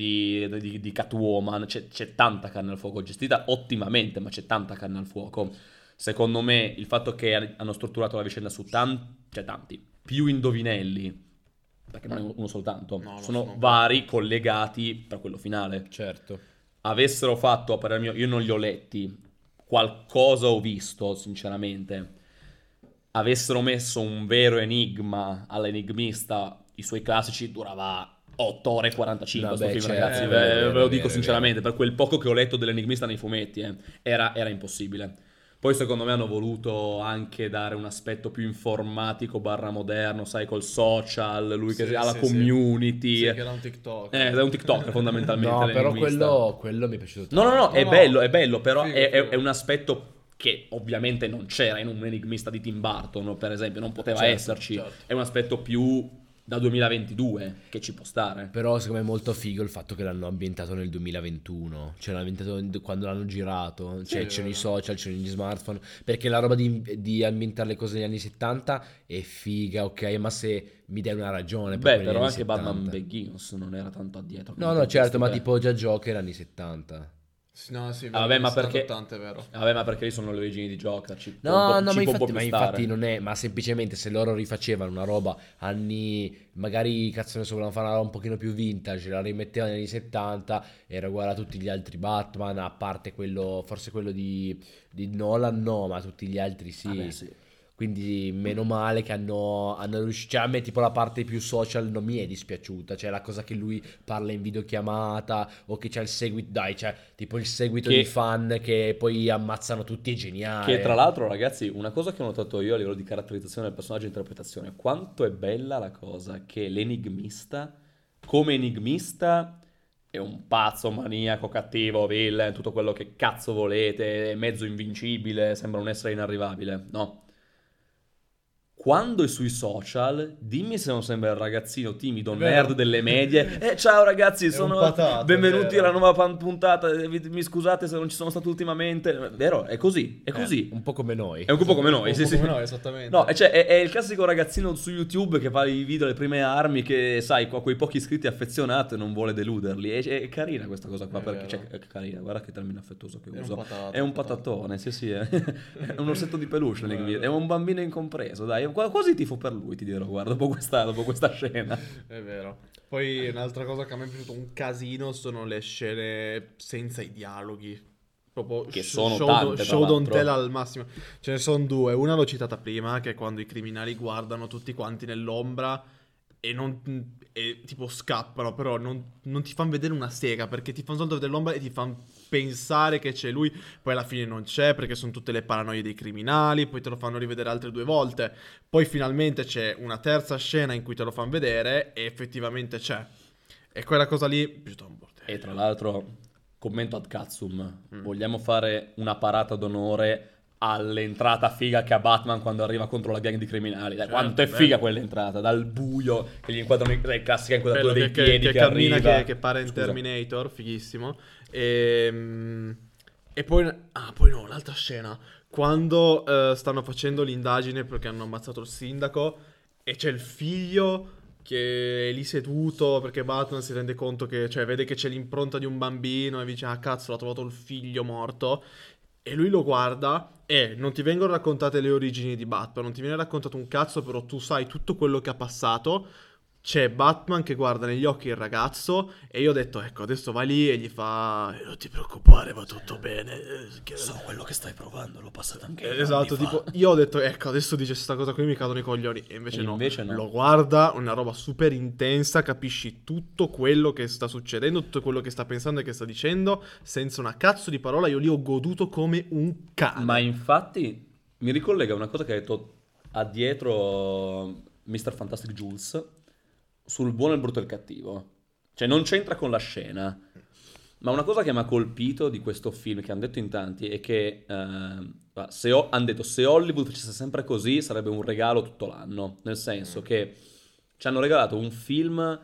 di Catwoman, c'è tanta carne al fuoco, gestita ottimamente, ma c'è tanta carne al fuoco. Secondo me il fatto che hanno strutturato la vicenda su tanti, più indovinelli, perché non è uno soltanto, No, sono sono vari collegati per quello finale. Certo. Avessero fatto, a parer mio, io non li ho letti, qualcosa ho visto, sinceramente. Avessero messo un vero enigma all'enigmista, i suoi classici durava 8 ore e 45 No, sto beh, film, certo, ragazzi, è ve, vero, ve lo è dico vero, è sinceramente, per quel poco che ho letto dell'enigmista nei fumetti, era impossibile. Poi secondo me hanno voluto anche dare un aspetto più informatico barra moderno, sai, col social, lui che Sì, ha la sì, community. Sì, che era un TikTok. È un TikTok fondamentalmente No, però l'enigmista. quello mi è piaciuto No, no, no, tanto. è bello, però Figo, è figo. un aspetto che ovviamente non c'era in un enigmista di Tim Burton, per esempio, non poteva Certo, esserci. certo. È un aspetto più da 2022 che ci può stare. Però secondo me è molto figo il fatto che l'hanno ambientato nel 2021, cioè l'hanno ambientato quando l'hanno girato, cioè Sì, c'erano i vero. social, c'erano gli smartphone, perché la roba di ambientare le cose negli anni 70 è figa, ok, ma se mi dai una ragione per Beh, quelli però anni anche 70. Batman Begins non era tanto addietro come No, no, certo, ma tempistiche. tipo già Joker anni 70. No, sì, Ah, vabbè, ma perché 80, è vero. Vabbè, ma perché lì sono le origini di Joker, ci può No, un po', no, ci può un po' più ma stare. infatti non è, ma semplicemente se loro rifacevano una roba anni, magari cazzo ne so, volevano fare una roba un pochino più vintage, la rimettevano negli anni 70, era uguale a tutti gli altri Batman, a parte quello, forse quello di Nolan no, ma tutti gli altri sì. Vabbè, sì. Quindi meno male che hanno riuscito, cioè a me tipo la parte più social non mi è dispiaciuta, cioè la cosa che lui parla in videochiamata o che c'è il seguito, dai, cioè tipo il seguito Che- di fan che poi ammazzano tutti è geniale. Che tra l'altro, ragazzi, una cosa che ho notato io a livello di caratterizzazione del personaggio e interpretazione, quanto è bella la cosa che l'enigmista, come enigmista, è un pazzo, maniaco, cattivo, villain, tutto quello che cazzo volete, è mezzo invincibile, sembra un essere inarrivabile, no? Quando è sui social, dimmi se non sembra il ragazzino timido, È vero. nerd delle medie. Ciao ragazzi, È sono un patato, benvenuti è vero. alla nuova puntata. Mi scusate se non ci sono stato ultimamente. Vero, è così, è così. Un po' come noi. È un po' come noi, Un sì, po' sì. come noi, esattamente. No, e cioè, è il classico ragazzino su YouTube che fa i video alle prime armi, che sai, ha quei pochi iscritti affezionati e non vuole deluderli. È carina questa cosa qua, È perché vero. cioè, è carina, guarda che termine affettuoso che È un uso. patato, È un un patato. patatone, sì, sì, è un orsetto di peluche, Bello. è un bambino incompreso, dai, quasi tifo per lui, ti dirò, guarda, dopo questa scena. È vero. Poi un'altra cosa che a me è piaciuto un casino sono le scene senza i dialoghi. Proprio Che sono show, tante, tra show don't l'altro. tell al massimo. Ce ne sono due. Una l'ho citata prima, che è quando i criminali guardano tutti quanti nell'ombra e tipo scappano, però non ti fanno vedere una sega, perché ti fanno soltanto vedere l'ombra e ti fanno pensare che c'è lui, poi alla fine non c'è, perché sono tutte le paranoie dei criminali, poi te lo fanno rivedere altre 2 volte, poi finalmente c'è una terza scena in cui te lo fanno vedere e effettivamente c'è. E quella cosa lì, mi è piaciuta un bordello. E tra l'altro, commento ad Katsum, vogliamo fare una parata d'onore all'entrata figa che ha Batman quando arriva contro la gang di criminali. Dai, Certo, quanto è bello. figa quell'entrata, dal buio che gli inquadrano, sai, classica inquadratura Bello dei piedi che cammina, arriva. che pare in Scusa. Terminator, fighissimo. E, E poi, poi no, l'altra scena, quando stanno facendo l'indagine perché hanno ammazzato il sindaco e c'è il figlio che è lì seduto perché Batman si rende conto che, cioè, vede che c'è l'impronta di un bambino e dice, ah cazzo, l'ha trovato il figlio morto. E lui lo guarda e non ti vengono raccontate le origini di Batman, non ti viene raccontato un cazzo, però tu sai tutto quello che ha passato. C'è Batman che guarda negli occhi il ragazzo e io ho detto, ecco, adesso va lì e gli fa, non ti preoccupare, va tutto bene. So quello che stai provando, l'ho passato anche io. Esatto, anni fa. tipo, io ho detto, ecco, adesso dice sta cosa qui, mi cadono i coglioni. E invece, E no. invece no. Lo guarda, una roba super intensa, capisci tutto quello che sta succedendo, tutto quello che sta pensando e che sta dicendo, senza una cazzo di parola. Io lì ho goduto come un cane. Ma infatti mi ricollega a una cosa che ha detto addietro Mr. Fantastic Jules sul buono, il brutto e il cattivo. Cioè non c'entra con la scena, ma una cosa che mi ha colpito di questo film, che hanno detto in tanti, è che hanno detto se Hollywood facesse sempre così sarebbe un regalo tutto l'anno. Nel senso che ci hanno regalato un film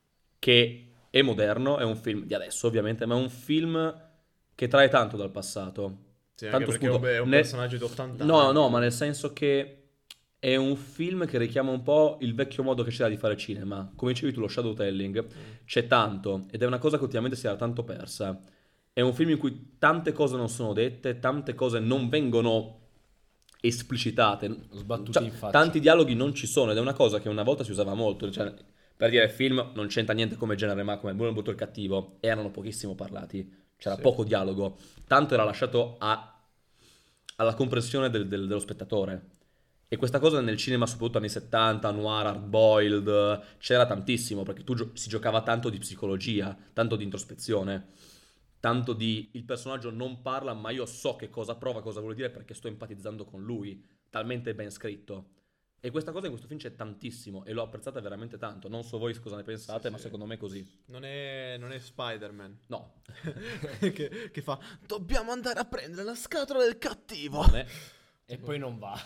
che è moderno, è un film di adesso ovviamente, ma è un film che trae tanto dal passato. Sì, anche Tanto perché spunto. è un personaggio di 80 anni. No, ma nel senso che è un film che richiama un po' il vecchio modo che c'era di fare cinema. Come dicevi tu, lo shadowtelling, c'è tanto, ed è una cosa che ultimamente si era tanto persa. È un film in cui tante cose non sono dette, tante cose non vengono esplicitate, Sbattute in faccia. tanti dialoghi non ci sono, ed è una cosa che una volta si usava molto. Cioè, per dire, film non c'entra niente come genere, ma come il buono, il brutto e il cattivo, erano pochissimo parlati, c'era Sì. poco dialogo, tanto era lasciato alla comprensione dello spettatore. E questa cosa nel cinema, soprattutto anni 70, noir, hard-boiled, c'era tantissimo, perché si giocava tanto di psicologia, tanto di introspezione, tanto di il personaggio non parla, ma io so che cosa prova, cosa vuole dire, perché sto empatizzando con lui, talmente ben scritto. E questa cosa in questo film c'è tantissimo, e l'ho apprezzata veramente tanto. Non so voi cosa ne pensate, Sì, ma sì. secondo me è così. Non è Spider-Man. No, che fa, dobbiamo andare a prendere la scatola del cattivo. non è... E poi non va.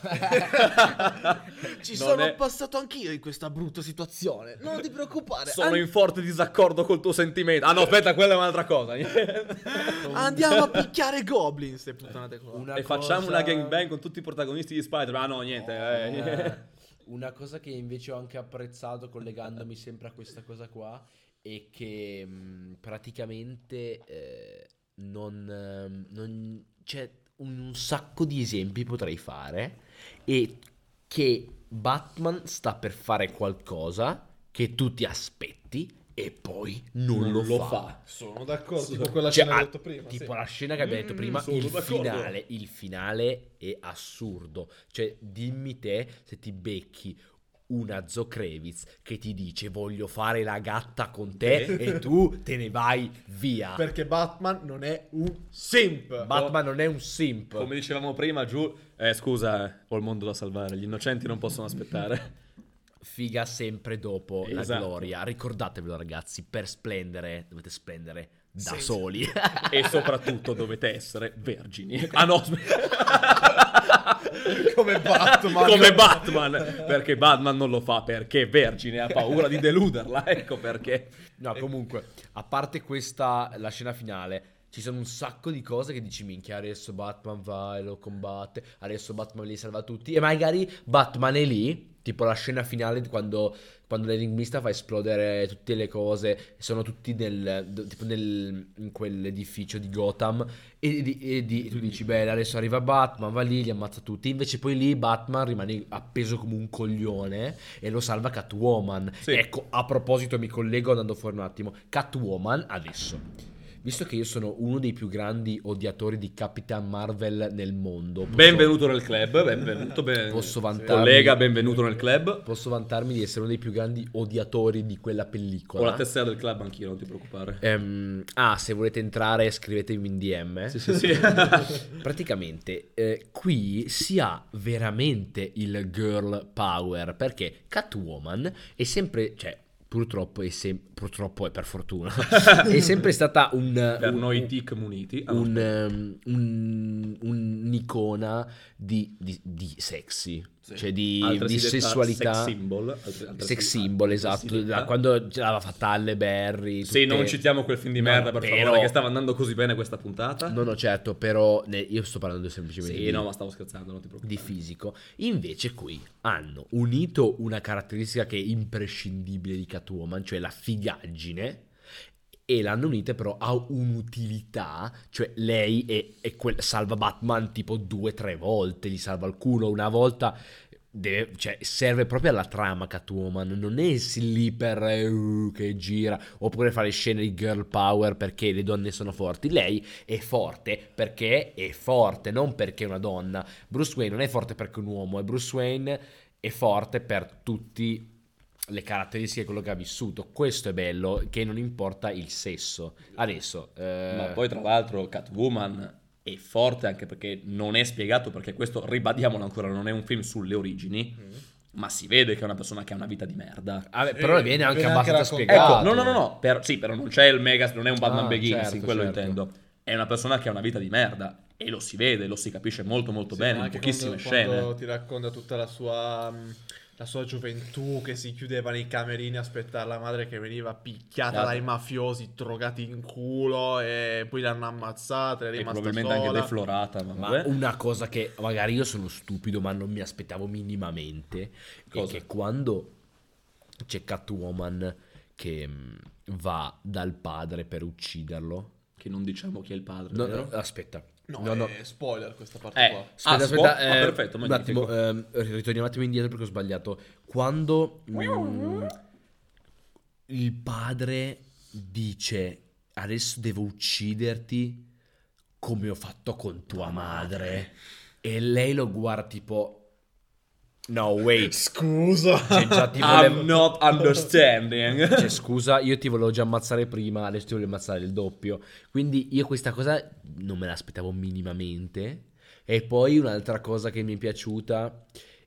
Ci Non sono è- passato anch'io in questa brutta situazione. Non ti preoccupare. Sono in forte disaccordo col tuo sentimento. Ah no, aspetta, quella è un'altra cosa. Andiamo a picchiare goblin, ste puttanate qua. Una E facciamo cosa- una gangbang con tutti i protagonisti di Spider-Man. Ah no, niente. Una cosa che invece ho anche apprezzato, collegandomi sempre a questa cosa qua, è che praticamente non c'è un sacco di esempi potrei fare, e che Batman sta per fare qualcosa che tu ti aspetti e poi non lo fa. Sono d'accordo. Sì. Tipo quella Cioè, scena che ho detto prima. tipo la scena che abbiamo detto prima, sono d'accordo. il finale è assurdo. Cioè, dimmi te se ti becchi una Zokrevitz che ti dice voglio fare la gatta con te e tu te ne vai via. Perché Batman non è un simp. Batman non è un simp. Come dicevamo prima, giù. Scusa, ho il mondo da salvare. Gli innocenti non possono aspettare. Figa sempre dopo la Esatto. gloria. Ricordatevelo, ragazzi, per splendere dovete splendere da Sì. soli. E soprattutto dovete essere vergini. Ah no, Come Batman. come Batman. Perché Batman non lo fa perché è vergine, ha paura di deluderla. Ecco perché. No, comunque, a parte questa, la scena finale, ci sono un sacco di cose che dici, minchia, adesso Batman va e lo combatte, adesso Batman li salva tutti, e magari Batman è lì, tipo la scena finale di quando l'enigmista fa esplodere tutte le cose, sono tutti in quell'edificio di Gotham, e tu dici, beh, adesso arriva Batman, va lì, li ammazza tutti, invece poi lì Batman rimane appeso come un coglione e lo salva Catwoman. Sì. Ecco, a proposito, mi collego andando fuori un attimo, Catwoman adesso, visto che io sono uno dei più grandi odiatori di Capitan Marvel nel mondo, Benvenuto nel club. Benvenuto. Posso vantarmi- Collega, benvenuto nel club. posso vantarmi di essere uno dei più grandi odiatori di quella Ho pellicola. la tessera del club anch'io, non ti preoccupare. Se volete entrare scrivetemi in DM. Sì. Praticamente qui si ha veramente il girl power, perché Catwoman è sempre, cioè purtroppo purtroppo e per fortuna è sempre stata Per noi tic muniti. un'icona di sexy. Sì. cioè di Altresì detta sessualità. sex symbol, Sex symbol, esatto, altresì detta. quando ce l'aveva fatta Halle Berry. Sì, non tutte- citiamo quel film di No, merda, per però- favore, che stava andando così bene questa puntata. No, no, certo, però io sto parlando semplicemente Sì, no, ma stavo scherzando, non ti preoccupare. di fisico. Invece qui hanno unito una caratteristica che è imprescindibile di Catwoman, cioè la figaggine, e l'hanno unita però a un'utilità, cioè lei salva Batman tipo 2-3 volte, gli salva il culo una volta. Cioè, serve proprio alla trama Catwoman, non è lì per che gira, oppure fare scene di girl power perché le donne sono forti. Lei è forte perché è forte, non perché è una donna. Bruce Wayne non è forte perché è un uomo, e Bruce Wayne è forte per tutte le caratteristiche di quello che ha vissuto. Questo è bello, che non importa il sesso. Adesso Ma poi tra l'altro Catwoman è forte anche perché non è spiegato, perché questo, ribadiamolo ancora, non è un film sulle origini, ma si vede che è una persona che ha una vita di merda. vabbè, però viene anche viene abbastanza anche spiegato. Ecco, no, sì, però non c'è il mega, non è un Batman Ah, Begins, certo, in quello certo. intendo. È una persona che ha una vita di merda e lo si vede, lo si capisce molto molto Sì, bene in anche pochissime quando scene. ti racconta tutta la sua gioventù, che si chiudeva nei camerini a aspettare la madre che veniva picchiata Certo. dai mafiosi drogati in culo, e poi l'hanno ammazzata, è E rimasta probabilmente sola. anche deflorata, ma Ma vabbè. una cosa che magari io sono stupido, ma non mi aspettavo minimamente, Cosa? è che quando c'è Catwoman che va dal padre per ucciderlo. Che non diciamo chi è il padre, No, vero? aspetta. No, No, è spoiler questa parte qua. Aspetta, perfetto, un attimo, magnifico. ritorniamo un attimo indietro perché ho sbagliato. Quando il padre dice adesso devo ucciderti come ho fatto con tua madre, e lei lo guarda tipo no wait, Scusa. cioè, già ti I'm volevo... not understanding. Cioè, scusa, io ti volevo già ammazzare prima, adesso ti voglio ammazzare il doppio. Quindi io questa cosa non me l'aspettavo minimamente. E poi un'altra cosa che mi è piaciuta,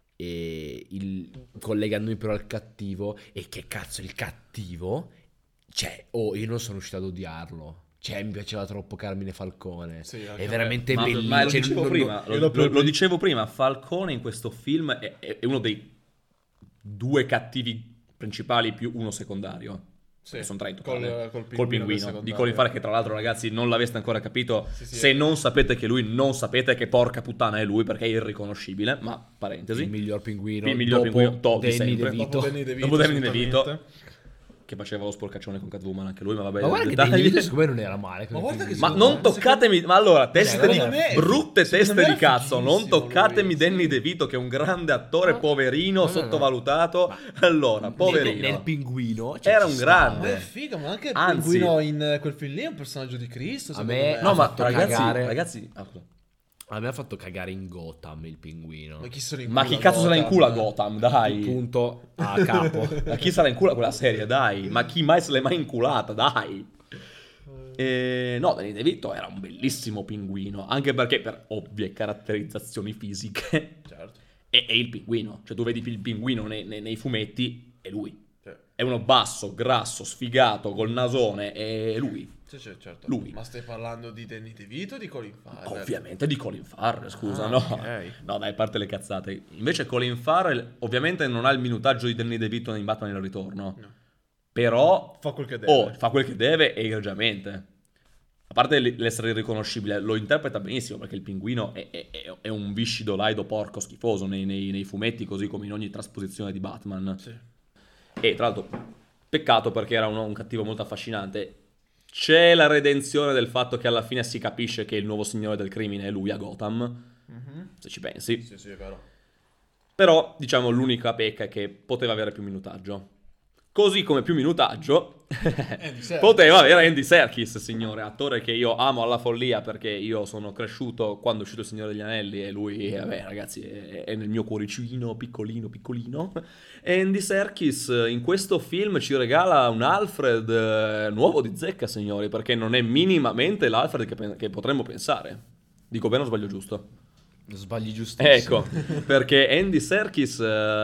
collegandomi però al cattivo, è che cazzo il cattivo, cioè, io non sono riuscito ad odiarlo. Cioè, mi piaceva troppo Carmine Falcone. Sì, anche è a veramente Ma bellissimo. lo Cioè, dicevo non- prima, io lo dicevo prima, Falcone in questo film è uno dei due cattivi principali più uno secondario. Sì, Sono tre in totale. col Col pinguino del pinguino. secondario. Di Colin Farrell, che tra l'altro, ragazzi, non l'aveste ancora capito. Sì, sì. Se non sapete che lui, non sapete che porca puttana è lui, perché è irriconoscibile. Ma parentesi. il miglior pinguino. Il miglior dopo pinguino di Danny sempre. DeVito. Dopo Danny DeVito, Dopo Danny DeVito. assolutamente. Che faceva lo sporcaccione con Catwoman anche lui, ma vabbè. Ma guarda che dettagli. Danny DeVito secondo me non era male. Ma guarda che Ma secondo non me- toccatemi, ma allora, teste di secondo me- brutte secondo teste me di era cazzo, non fighissimo toccatemi lui, Danny sì. DeVito che è un grande attore, No. poverino, No, no, sottovalutato. Allora, poverino. Nel pinguino cioè, Era ci un sta, grande. Ma è figa, ma anche il Anzi- pinguino in quel film lì è un personaggio di Cristo. A secondo me- me. No, ha ma fatto ragazzi, cagare. ragazzi, ah, scusa. A me ha fatto cagare in Gotham il pinguino. Ma chi sono in Ma culo chi cazzo sarà in Gotham? culo a Gotham, dai? Punto a capo. Ma chi sarà in culo a quella serie, dai? Ma chi mai se l'è mai inculata, dai? No, Danny DeVito era un bellissimo pinguino, anche perché per ovvie caratterizzazioni fisiche Certo. è il pinguino. Cioè tu vedi il pinguino nei fumetti, è lui. Sì. È uno basso, grasso, sfigato, col nasone, è lui. Sì, certo. Lui. Ma stai parlando di Danny DeVito o di Colin Farrell? Ovviamente di Colin Farrell, scusa, Ah, no? ok. No, dai, a parte le cazzate. Invece Colin Farrell ovviamente non ha il minutaggio di Danny DeVito in Batman il ritorno. No. Però Fa quel che deve. fa quel che deve e egregiamente. A parte l'essere irriconoscibile, lo interpreta benissimo perché il pinguino è un viscido laido porco schifoso nei fumetti, così come in ogni trasposizione di Batman. Sì. E tra l'altro, peccato perché era un cattivo molto affascinante. C'è la redenzione del fatto che alla fine si capisce che il nuovo signore del crimine è lui a Gotham, se ci pensi. Sì, è vero. Però, diciamo, l'unica pecca è che poteva avere più minutaggio. Così come più minutaggio poteva avere Andy Serkis, signore, attore che io amo alla follia perché io sono cresciuto quando è uscito Il Signore degli Anelli e lui, vabbè ragazzi, è nel mio cuoricino piccolino. E Andy Serkis in questo film ci regala un Alfred nuovo di zecca, signori, perché non è minimamente l'Alfred che potremmo pensare. Dico bene o sbaglio giusto? Sbagli giustissimo. Ecco, perché Andy Serkis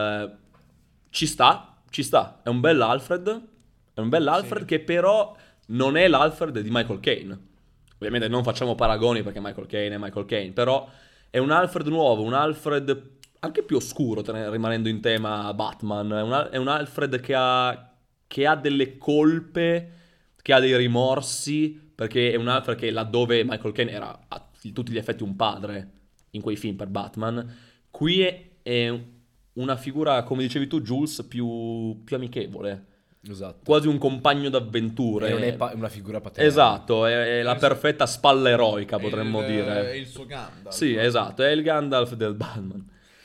ci sta, è un bel Alfred, Sì. che però non è l'Alfred di Michael Caine. Ovviamente non facciamo paragoni perché Michael Caine è Michael Caine, però è un Alfred nuovo, un Alfred anche più oscuro, rimanendo in tema Batman. È un Alfred che ha delle colpe, che ha dei rimorsi, perché è un Alfred che laddove Michael Caine era a tutti gli effetti un padre in quei film per Batman, qui è una figura, come dicevi tu, Jules, più amichevole. Esatto. Quasi un compagno d'avventure. E non è una figura paterna. Esatto, è la perfetta spalla eroica, potremmo dire. È il suo Gandalf. Sì, esatto, è il Gandalf del Batman.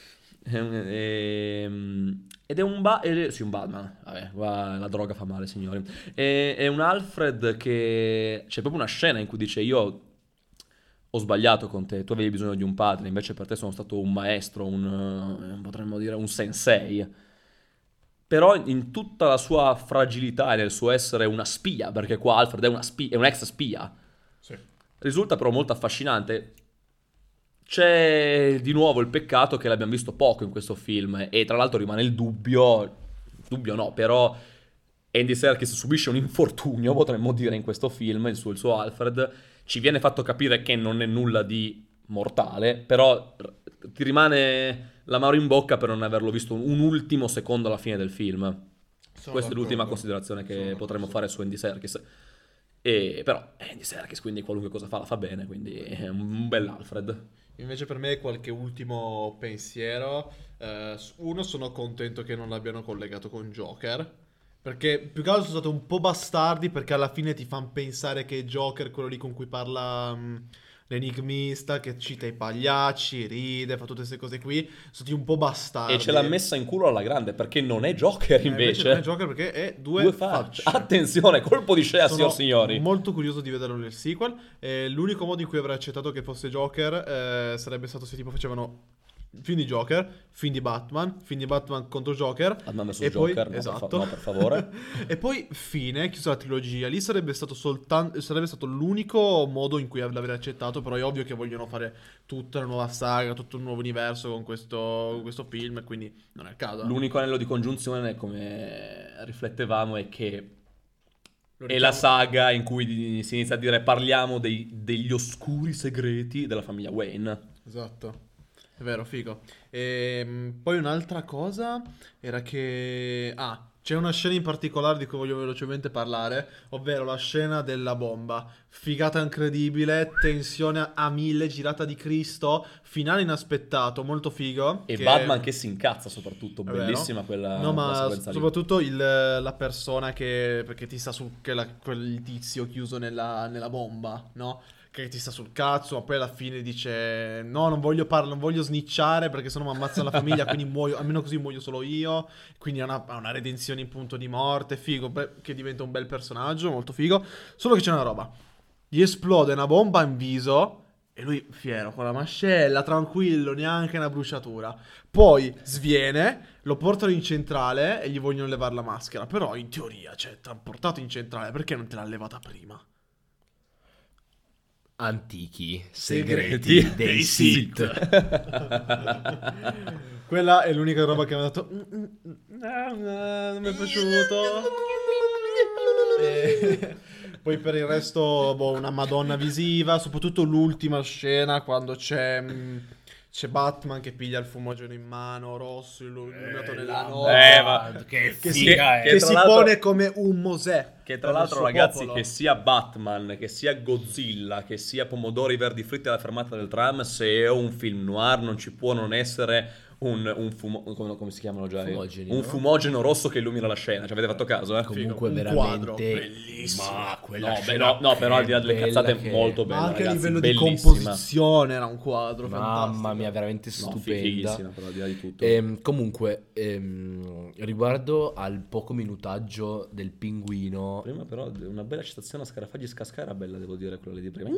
Ed è sì, un Batman. Vabbè, la droga fa male, signori. È un Alfred che... C'è proprio una scena in cui dice: io ho sbagliato con te, tu avevi bisogno di un padre, invece per te sono stato un maestro, potremmo dire un sensei. Però in tutta la sua fragilità e nel suo essere una spia, perché qua Alfred è un ex spia, Sì. risulta però molto affascinante. C'è di nuovo il peccato che l'abbiamo visto poco in questo film, e tra l'altro rimane il dubbio no, però Andy Serkis subisce un infortunio, potremmo dire, in questo film, il suo Alfred. Ci viene fatto capire che non è nulla di mortale, però ti rimane l'amaro in bocca per non averlo visto un ultimo secondo alla fine del film. Questa è l'ultima considerazione che potremmo fare su Andy Serkis. Però è Andy Serkis, quindi qualunque cosa fa la fa bene, quindi è un bel Alfred. Invece per me qualche ultimo pensiero. Uno, sono contento che non l'abbiano collegato con Joker, perché più che altro sono stati un po' bastardi, perché alla fine ti fanno pensare che Joker, quello lì con cui parla l'enigmista, che cita i pagliacci, ride, fa tutte queste cose qui, sono stati un po' bastardi. E ce l'ha messa in culo alla grande, perché non è Joker invece. Non è Joker perché è due facce. Attenzione, colpo di scena, Sono signori. molto curioso di vederlo nel sequel. L'unico modo in cui avrei accettato che fosse Joker sarebbe stato se tipo facevano film di Joker, film di Batman contro Joker. Batman vs E poi, Joker, no, esatto. no, per favore. E poi fine, chiusa la trilogia. Lì sarebbe stato l'unico modo in cui l'avrei accettato. Però è ovvio che vogliono fare tutta una nuova saga, tutto un nuovo universo con questo film, quindi non è il caso. L'unico anello di congiunzione, come riflettevamo, è che Lo è la richiamo- saga in cui si inizia a dire: parliamo degli oscuri segreti della famiglia Wayne. Esatto. È vero, figo. Poi un'altra cosa era che... c'è una scena in particolare di cui voglio velocemente parlare, ovvero la scena della bomba. Figata incredibile, tensione a 1000, girata di Cristo, finale inaspettato, molto figo. E Batman che si incazza soprattutto, È vero. bellissima quella No, quella ma sequenza lì. soprattutto la persona che... Perché ti sta su... Che quel tizio chiuso nella bomba, no? Che ti sta sul cazzo, ma poi alla fine dice: no, non voglio non voglio snicciare perché sennò mi ammazza la famiglia, quindi muoio, almeno così muoio solo io. Quindi ha una redenzione in punto di morte, figo, che diventa un bel personaggio, molto figo. Solo che c'è una roba: gli esplode una bomba in viso e lui fiero, con la mascella, tranquillo, neanche una bruciatura. Poi sviene, lo portano in centrale e gli vogliono levare la maschera. Però in teoria, cioè, ti hanno portato in centrale, perché non te l'ha levata prima? Antichi Segreti segreti dei Sith. Quella è l'unica roba che mi ha detto non mi è piaciuto. Poi per il resto, una madonna visiva, soprattutto l'ultima scena quando c'è Batman che piglia il fumogeno in mano, rosso, illuminato nella notte, che che figa è. che tra si l'altro- pone come un Mosè. Che per tra il l'altro, suo ragazzi, popolo. che sia Batman, che sia Godzilla, che sia pomodori verdi fritti alla fermata del tram, se è un film noir non ci può non essere come si chiamano già? Fumogeni, Un no? fumogeno rosso che illumina la scena. Ci avete fatto caso, eh? Comunque un veramente quadro bellissimo. Ma quella No, scena no, però al di là delle bella cazzate che- molto bella, Ma anche a ragazzi, livello bellissima. di composizione era un quadro fantastico. Mamma mia, veramente No, stupenda. fighissima, però al di là di tutto. Comunque, riguardo al poco minutaggio del pinguino, Prima però una bella citazione a Scarafaggi Scasca era bella, devo dire, quella lì di prima.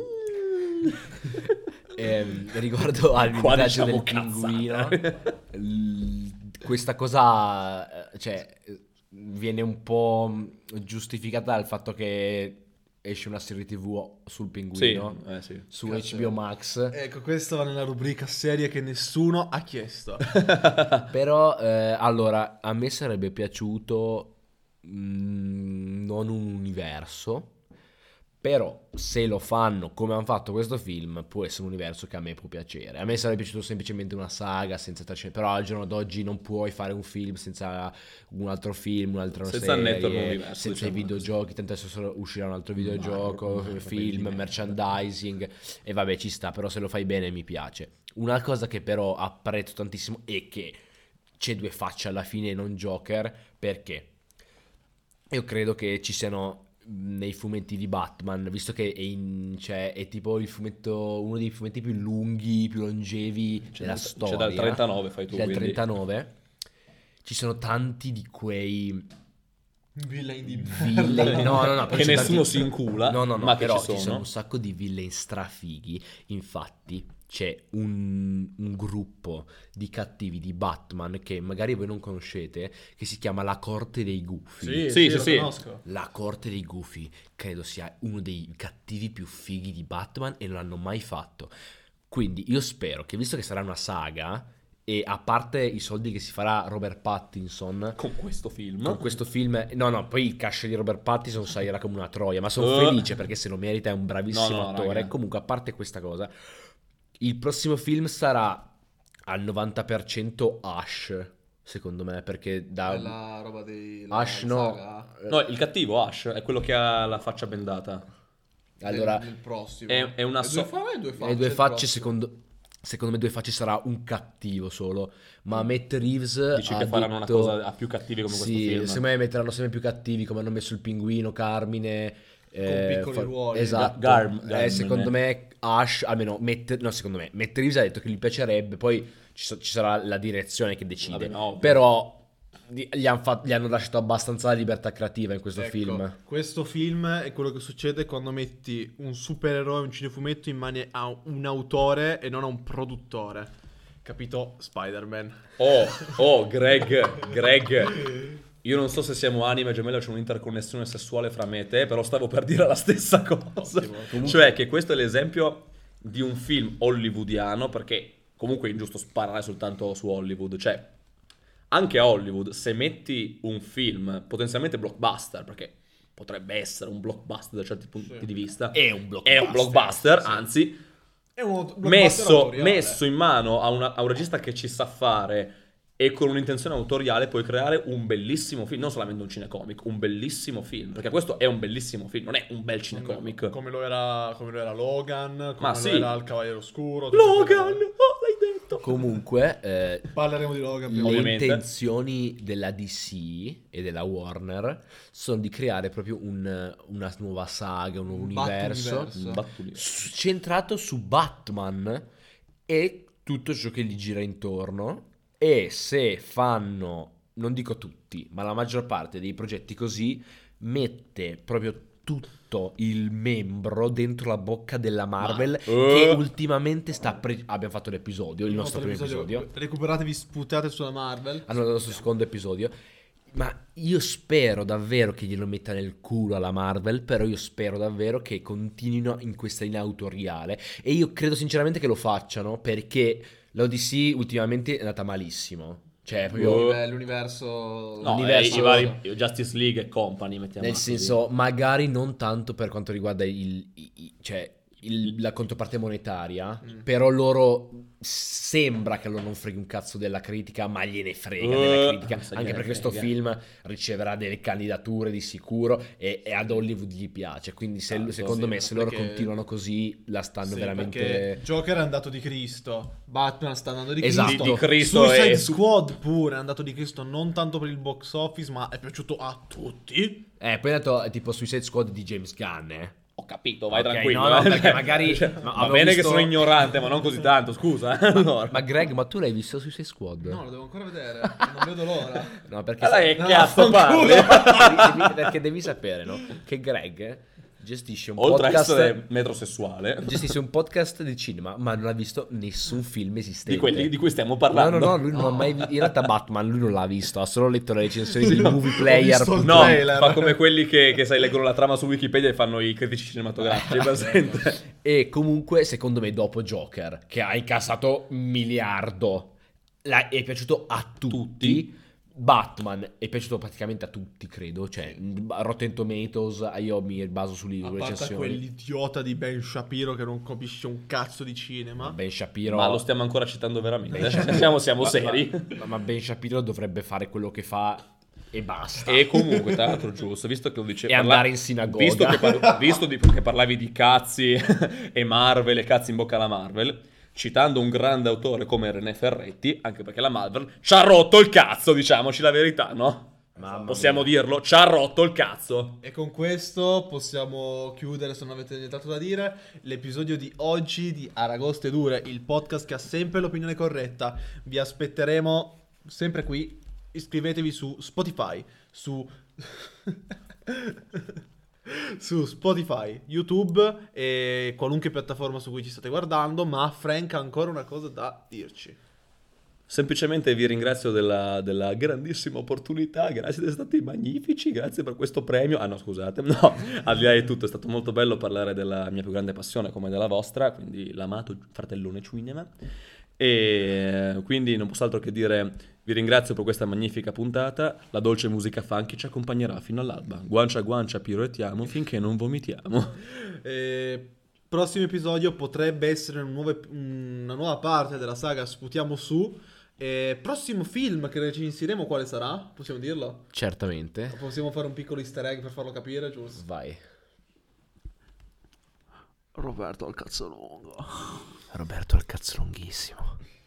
riguardo al Qua minutaggio diciamo del pinguino, questa cosa, cioè, viene un po' giustificata dal fatto che esce una serie TV sul Sì, pinguino sì. su Cazzo. HBO Max. Ecco, questo va nella rubrica serie che nessuno ha chiesto. Però allora a me sarebbe piaciuto non un universo, Però se lo fanno come hanno fatto questo film, può essere un universo che a me può piacere. A me sarebbe piaciuto semplicemente una saga senza però al giorno d'oggi non puoi fare un film senza un altro film, un'altra Senza serie, network universo, senza i diciamo. videogiochi, tanto adesso uscirà un altro videogioco, film, merchandising, e vabbè ci sta, però se lo fai bene mi piace. Una cosa che però apprezzo tantissimo è che c'è due facce alla fine e non Joker, perché io credo che ci siano nei fumetti di Batman, visto che è tipo il fumetto, uno dei fumetti più lunghi, più longevi della storia. C'è dal 39, fai tu. Dal Quindi. 39 ci sono tanti di quei Villain di villain, no, però Che c'è nessuno tanti- si incula, no, ma che però ci sono. un sacco di villain strafighi. Infatti c'è un gruppo di cattivi di Batman che magari voi non conoscete, che si chiama la Corte dei Gufi. Sì, lo sì. conosco. La Corte dei Gufi credo sia uno dei cattivi più fighi di Batman e non l'hanno mai fatto. Quindi io spero che, visto che sarà una saga, e a parte i soldi che si farà Robert Pattinson Con questo film. con questo film, poi il cash di Robert Pattinson salirà come una troia, ma sono felice perché se lo merita, è un bravissimo No, attore. raga. Comunque, a parte questa cosa, il prossimo film sarà al 90% Ash, secondo me, perché da La roba dei... Ash no. No, il cattivo Ash è quello che ha la faccia bendata. Allora, Nel prossimo. È una due facce. le due il facce, prossimo. secondo me, due facce sarà un cattivo solo. Ma Matt Reeves Dici ha che faranno detto- una cosa a più cattivi come questo Sì, film. secondo me metteranno sempre più cattivi, come hanno messo il pinguino, Carmine. piccoli ruoli. Esatto. Garm, Secondo me Ash, almeno secondo me Matt Reeves ha detto che gli piacerebbe, poi ci sarà la direzione che decide. Vabbè, ovvio. Però gli hanno lasciato abbastanza la libertà creativa in questo Ecco, film. Questo film è quello che succede quando metti un supereroe, un cinefumetto in mano a un autore e non a un produttore. Capito? Spider-Man. Greg. Io non so se siamo anime gemelle o c'è un'interconnessione sessuale fra me e te, però stavo per dire la stessa cosa. Ottimo. Cioè che questo è l'esempio di un film hollywoodiano, perché comunque è ingiusto sparare soltanto su Hollywood. Cioè, anche a Hollywood, se metti un film potenzialmente blockbuster, perché potrebbe essere un blockbuster da certi punti di vista, È un blockbuster. è un blockbuster, sì. anzi, È uno blockbuster autoriale. messo in mano a un regista che ci sa fare e con un'intenzione autoriale puoi creare un bellissimo film, non solamente un cinecomic, un bellissimo film, perché questo è un bellissimo film, non è un bel cinecomic. Come lo era Logan, come Ma lo sì. era Il Cavaliere Oscuro. Logan, oh, l'hai detto. Comunque, Parleremo di Logan più le Ovviamente. intenzioni della DC e della Warner sono di creare proprio una nuova saga, un nuovo universo Bat-universo. Battutino. centrato su Batman e tutto ciò che gli gira intorno. E se fanno, non dico tutti, ma la maggior parte dei progetti così, mette proprio tutto il membro dentro la bocca della Marvel, che ultimamente abbiamo fatto l'episodio, il nostro primo episodio. Recuperatevi, sputate sulla Marvel. Hanno dato il nostro secondo episodio. Ma io spero davvero che glielo metta nel culo alla Marvel, però io spero davvero che continuino in questa linea autoriale. E io credo sinceramente che lo facciano, perché l'Odyssey ultimamente è andata malissimo. Cioè, proprio L'universo... No, L'universo- i vari Justice League e Company, mettiamo nel così. senso, magari non tanto per quanto riguarda la controparte monetaria, però loro sembra che loro non freghi un cazzo della critica, ma gliene frega della critica, sai anche gliene perché questo frega. film riceverà delle candidature di sicuro e ad Hollywood gli piace, quindi secondo me se loro perché- continuano così la stanno Sì, veramente... perché Joker è andato di Cristo, Batman sta andando di Esatto. Cristo, Di Cristo Suicide e- Squad pure è andato di Cristo, non tanto per il box office, ma è piaciuto a tutti. poi è andato tipo Suicide Squad di James Gunn, Ho capito, vai Ok, tranquillo. no, perché magari... Cioè, ma va avevo bene visto- che sono ignorante, ma non così tanto, scusa. Allora. Ma Greg, ma tu l'hai visto Suicide Squad? No, lo devo ancora vedere, non vedo l'ora. No, perché... Allora che No, cazzo parli? perché devi sapere, no? Che Greg gestisce un Oltre a podcast... essere metrosessuale, Gestisce un podcast di cinema, ma non ha visto nessun film esistente. di quelli di cui stiamo parlando. No, lui non ha mai visto. In realtà Batman lui non l'ha visto, ha solo letto le recensioni dei movie player. visto il No, trailer. fa come quelli che sai, leggono la trama su Wikipedia e fanno i critici cinematografici, è presente? E comunque, secondo me, dopo Joker, che ha incassato $1 miliardo, è piaciuto a tutti. Batman è piaciuto praticamente a tutti, credo. Cioè, Rotten Tomatoes, io mi baso sulle A parte recensioni. quell'idiota di Ben Shapiro che non capisce un cazzo di cinema. Ben Shapiro, Ma lo stiamo ancora citando veramente? Ben Siamo seri? ma Ben Shapiro dovrebbe fare quello che fa e basta. E comunque, tra l'altro, giusto, visto che lo dicevi, E andare in sinagoga. visto che parlavi di cazzi e Marvel e cazzi in bocca alla Marvel, citando un grande autore come René Ferretti, anche perché la Marvel ci ha rotto il cazzo, diciamoci la verità, no? Mamma Possiamo mia. dirlo, ci ha rotto il cazzo. E con questo possiamo chiudere, se non avete nient'altro da dire, l'episodio di oggi di Aragoste Dure, il podcast che ha sempre l'opinione corretta. Vi aspetteremo sempre qui. Iscrivetevi su Spotify, su Spotify, YouTube e qualunque piattaforma su cui ci state guardando. Ma Frank ha ancora una cosa da dirci. Semplicemente vi ringrazio della grandissima opportunità, grazie, siete stati magnifici, grazie per questo premio. Ah no, scusate, no, al di là di tutto è stato molto bello parlare della mia più grande passione come della vostra, quindi l'amato fratellone cinema. E quindi non posso altro che dire vi ringrazio per questa magnifica puntata, la dolce musica funky ci accompagnerà fino all'alba, guancia a guancia piroettiamo finché non vomitiamo. Prossimo episodio potrebbe essere una nuova parte della saga Sputiamo Su. Prossimo film che recensiremo quale sarà? Possiamo dirlo? Certamente. Possiamo fare un piccolo easter egg per farlo capire, giusto? Vai. Roberto al cazzo lungo. Roberto al cazzo lunghissimo.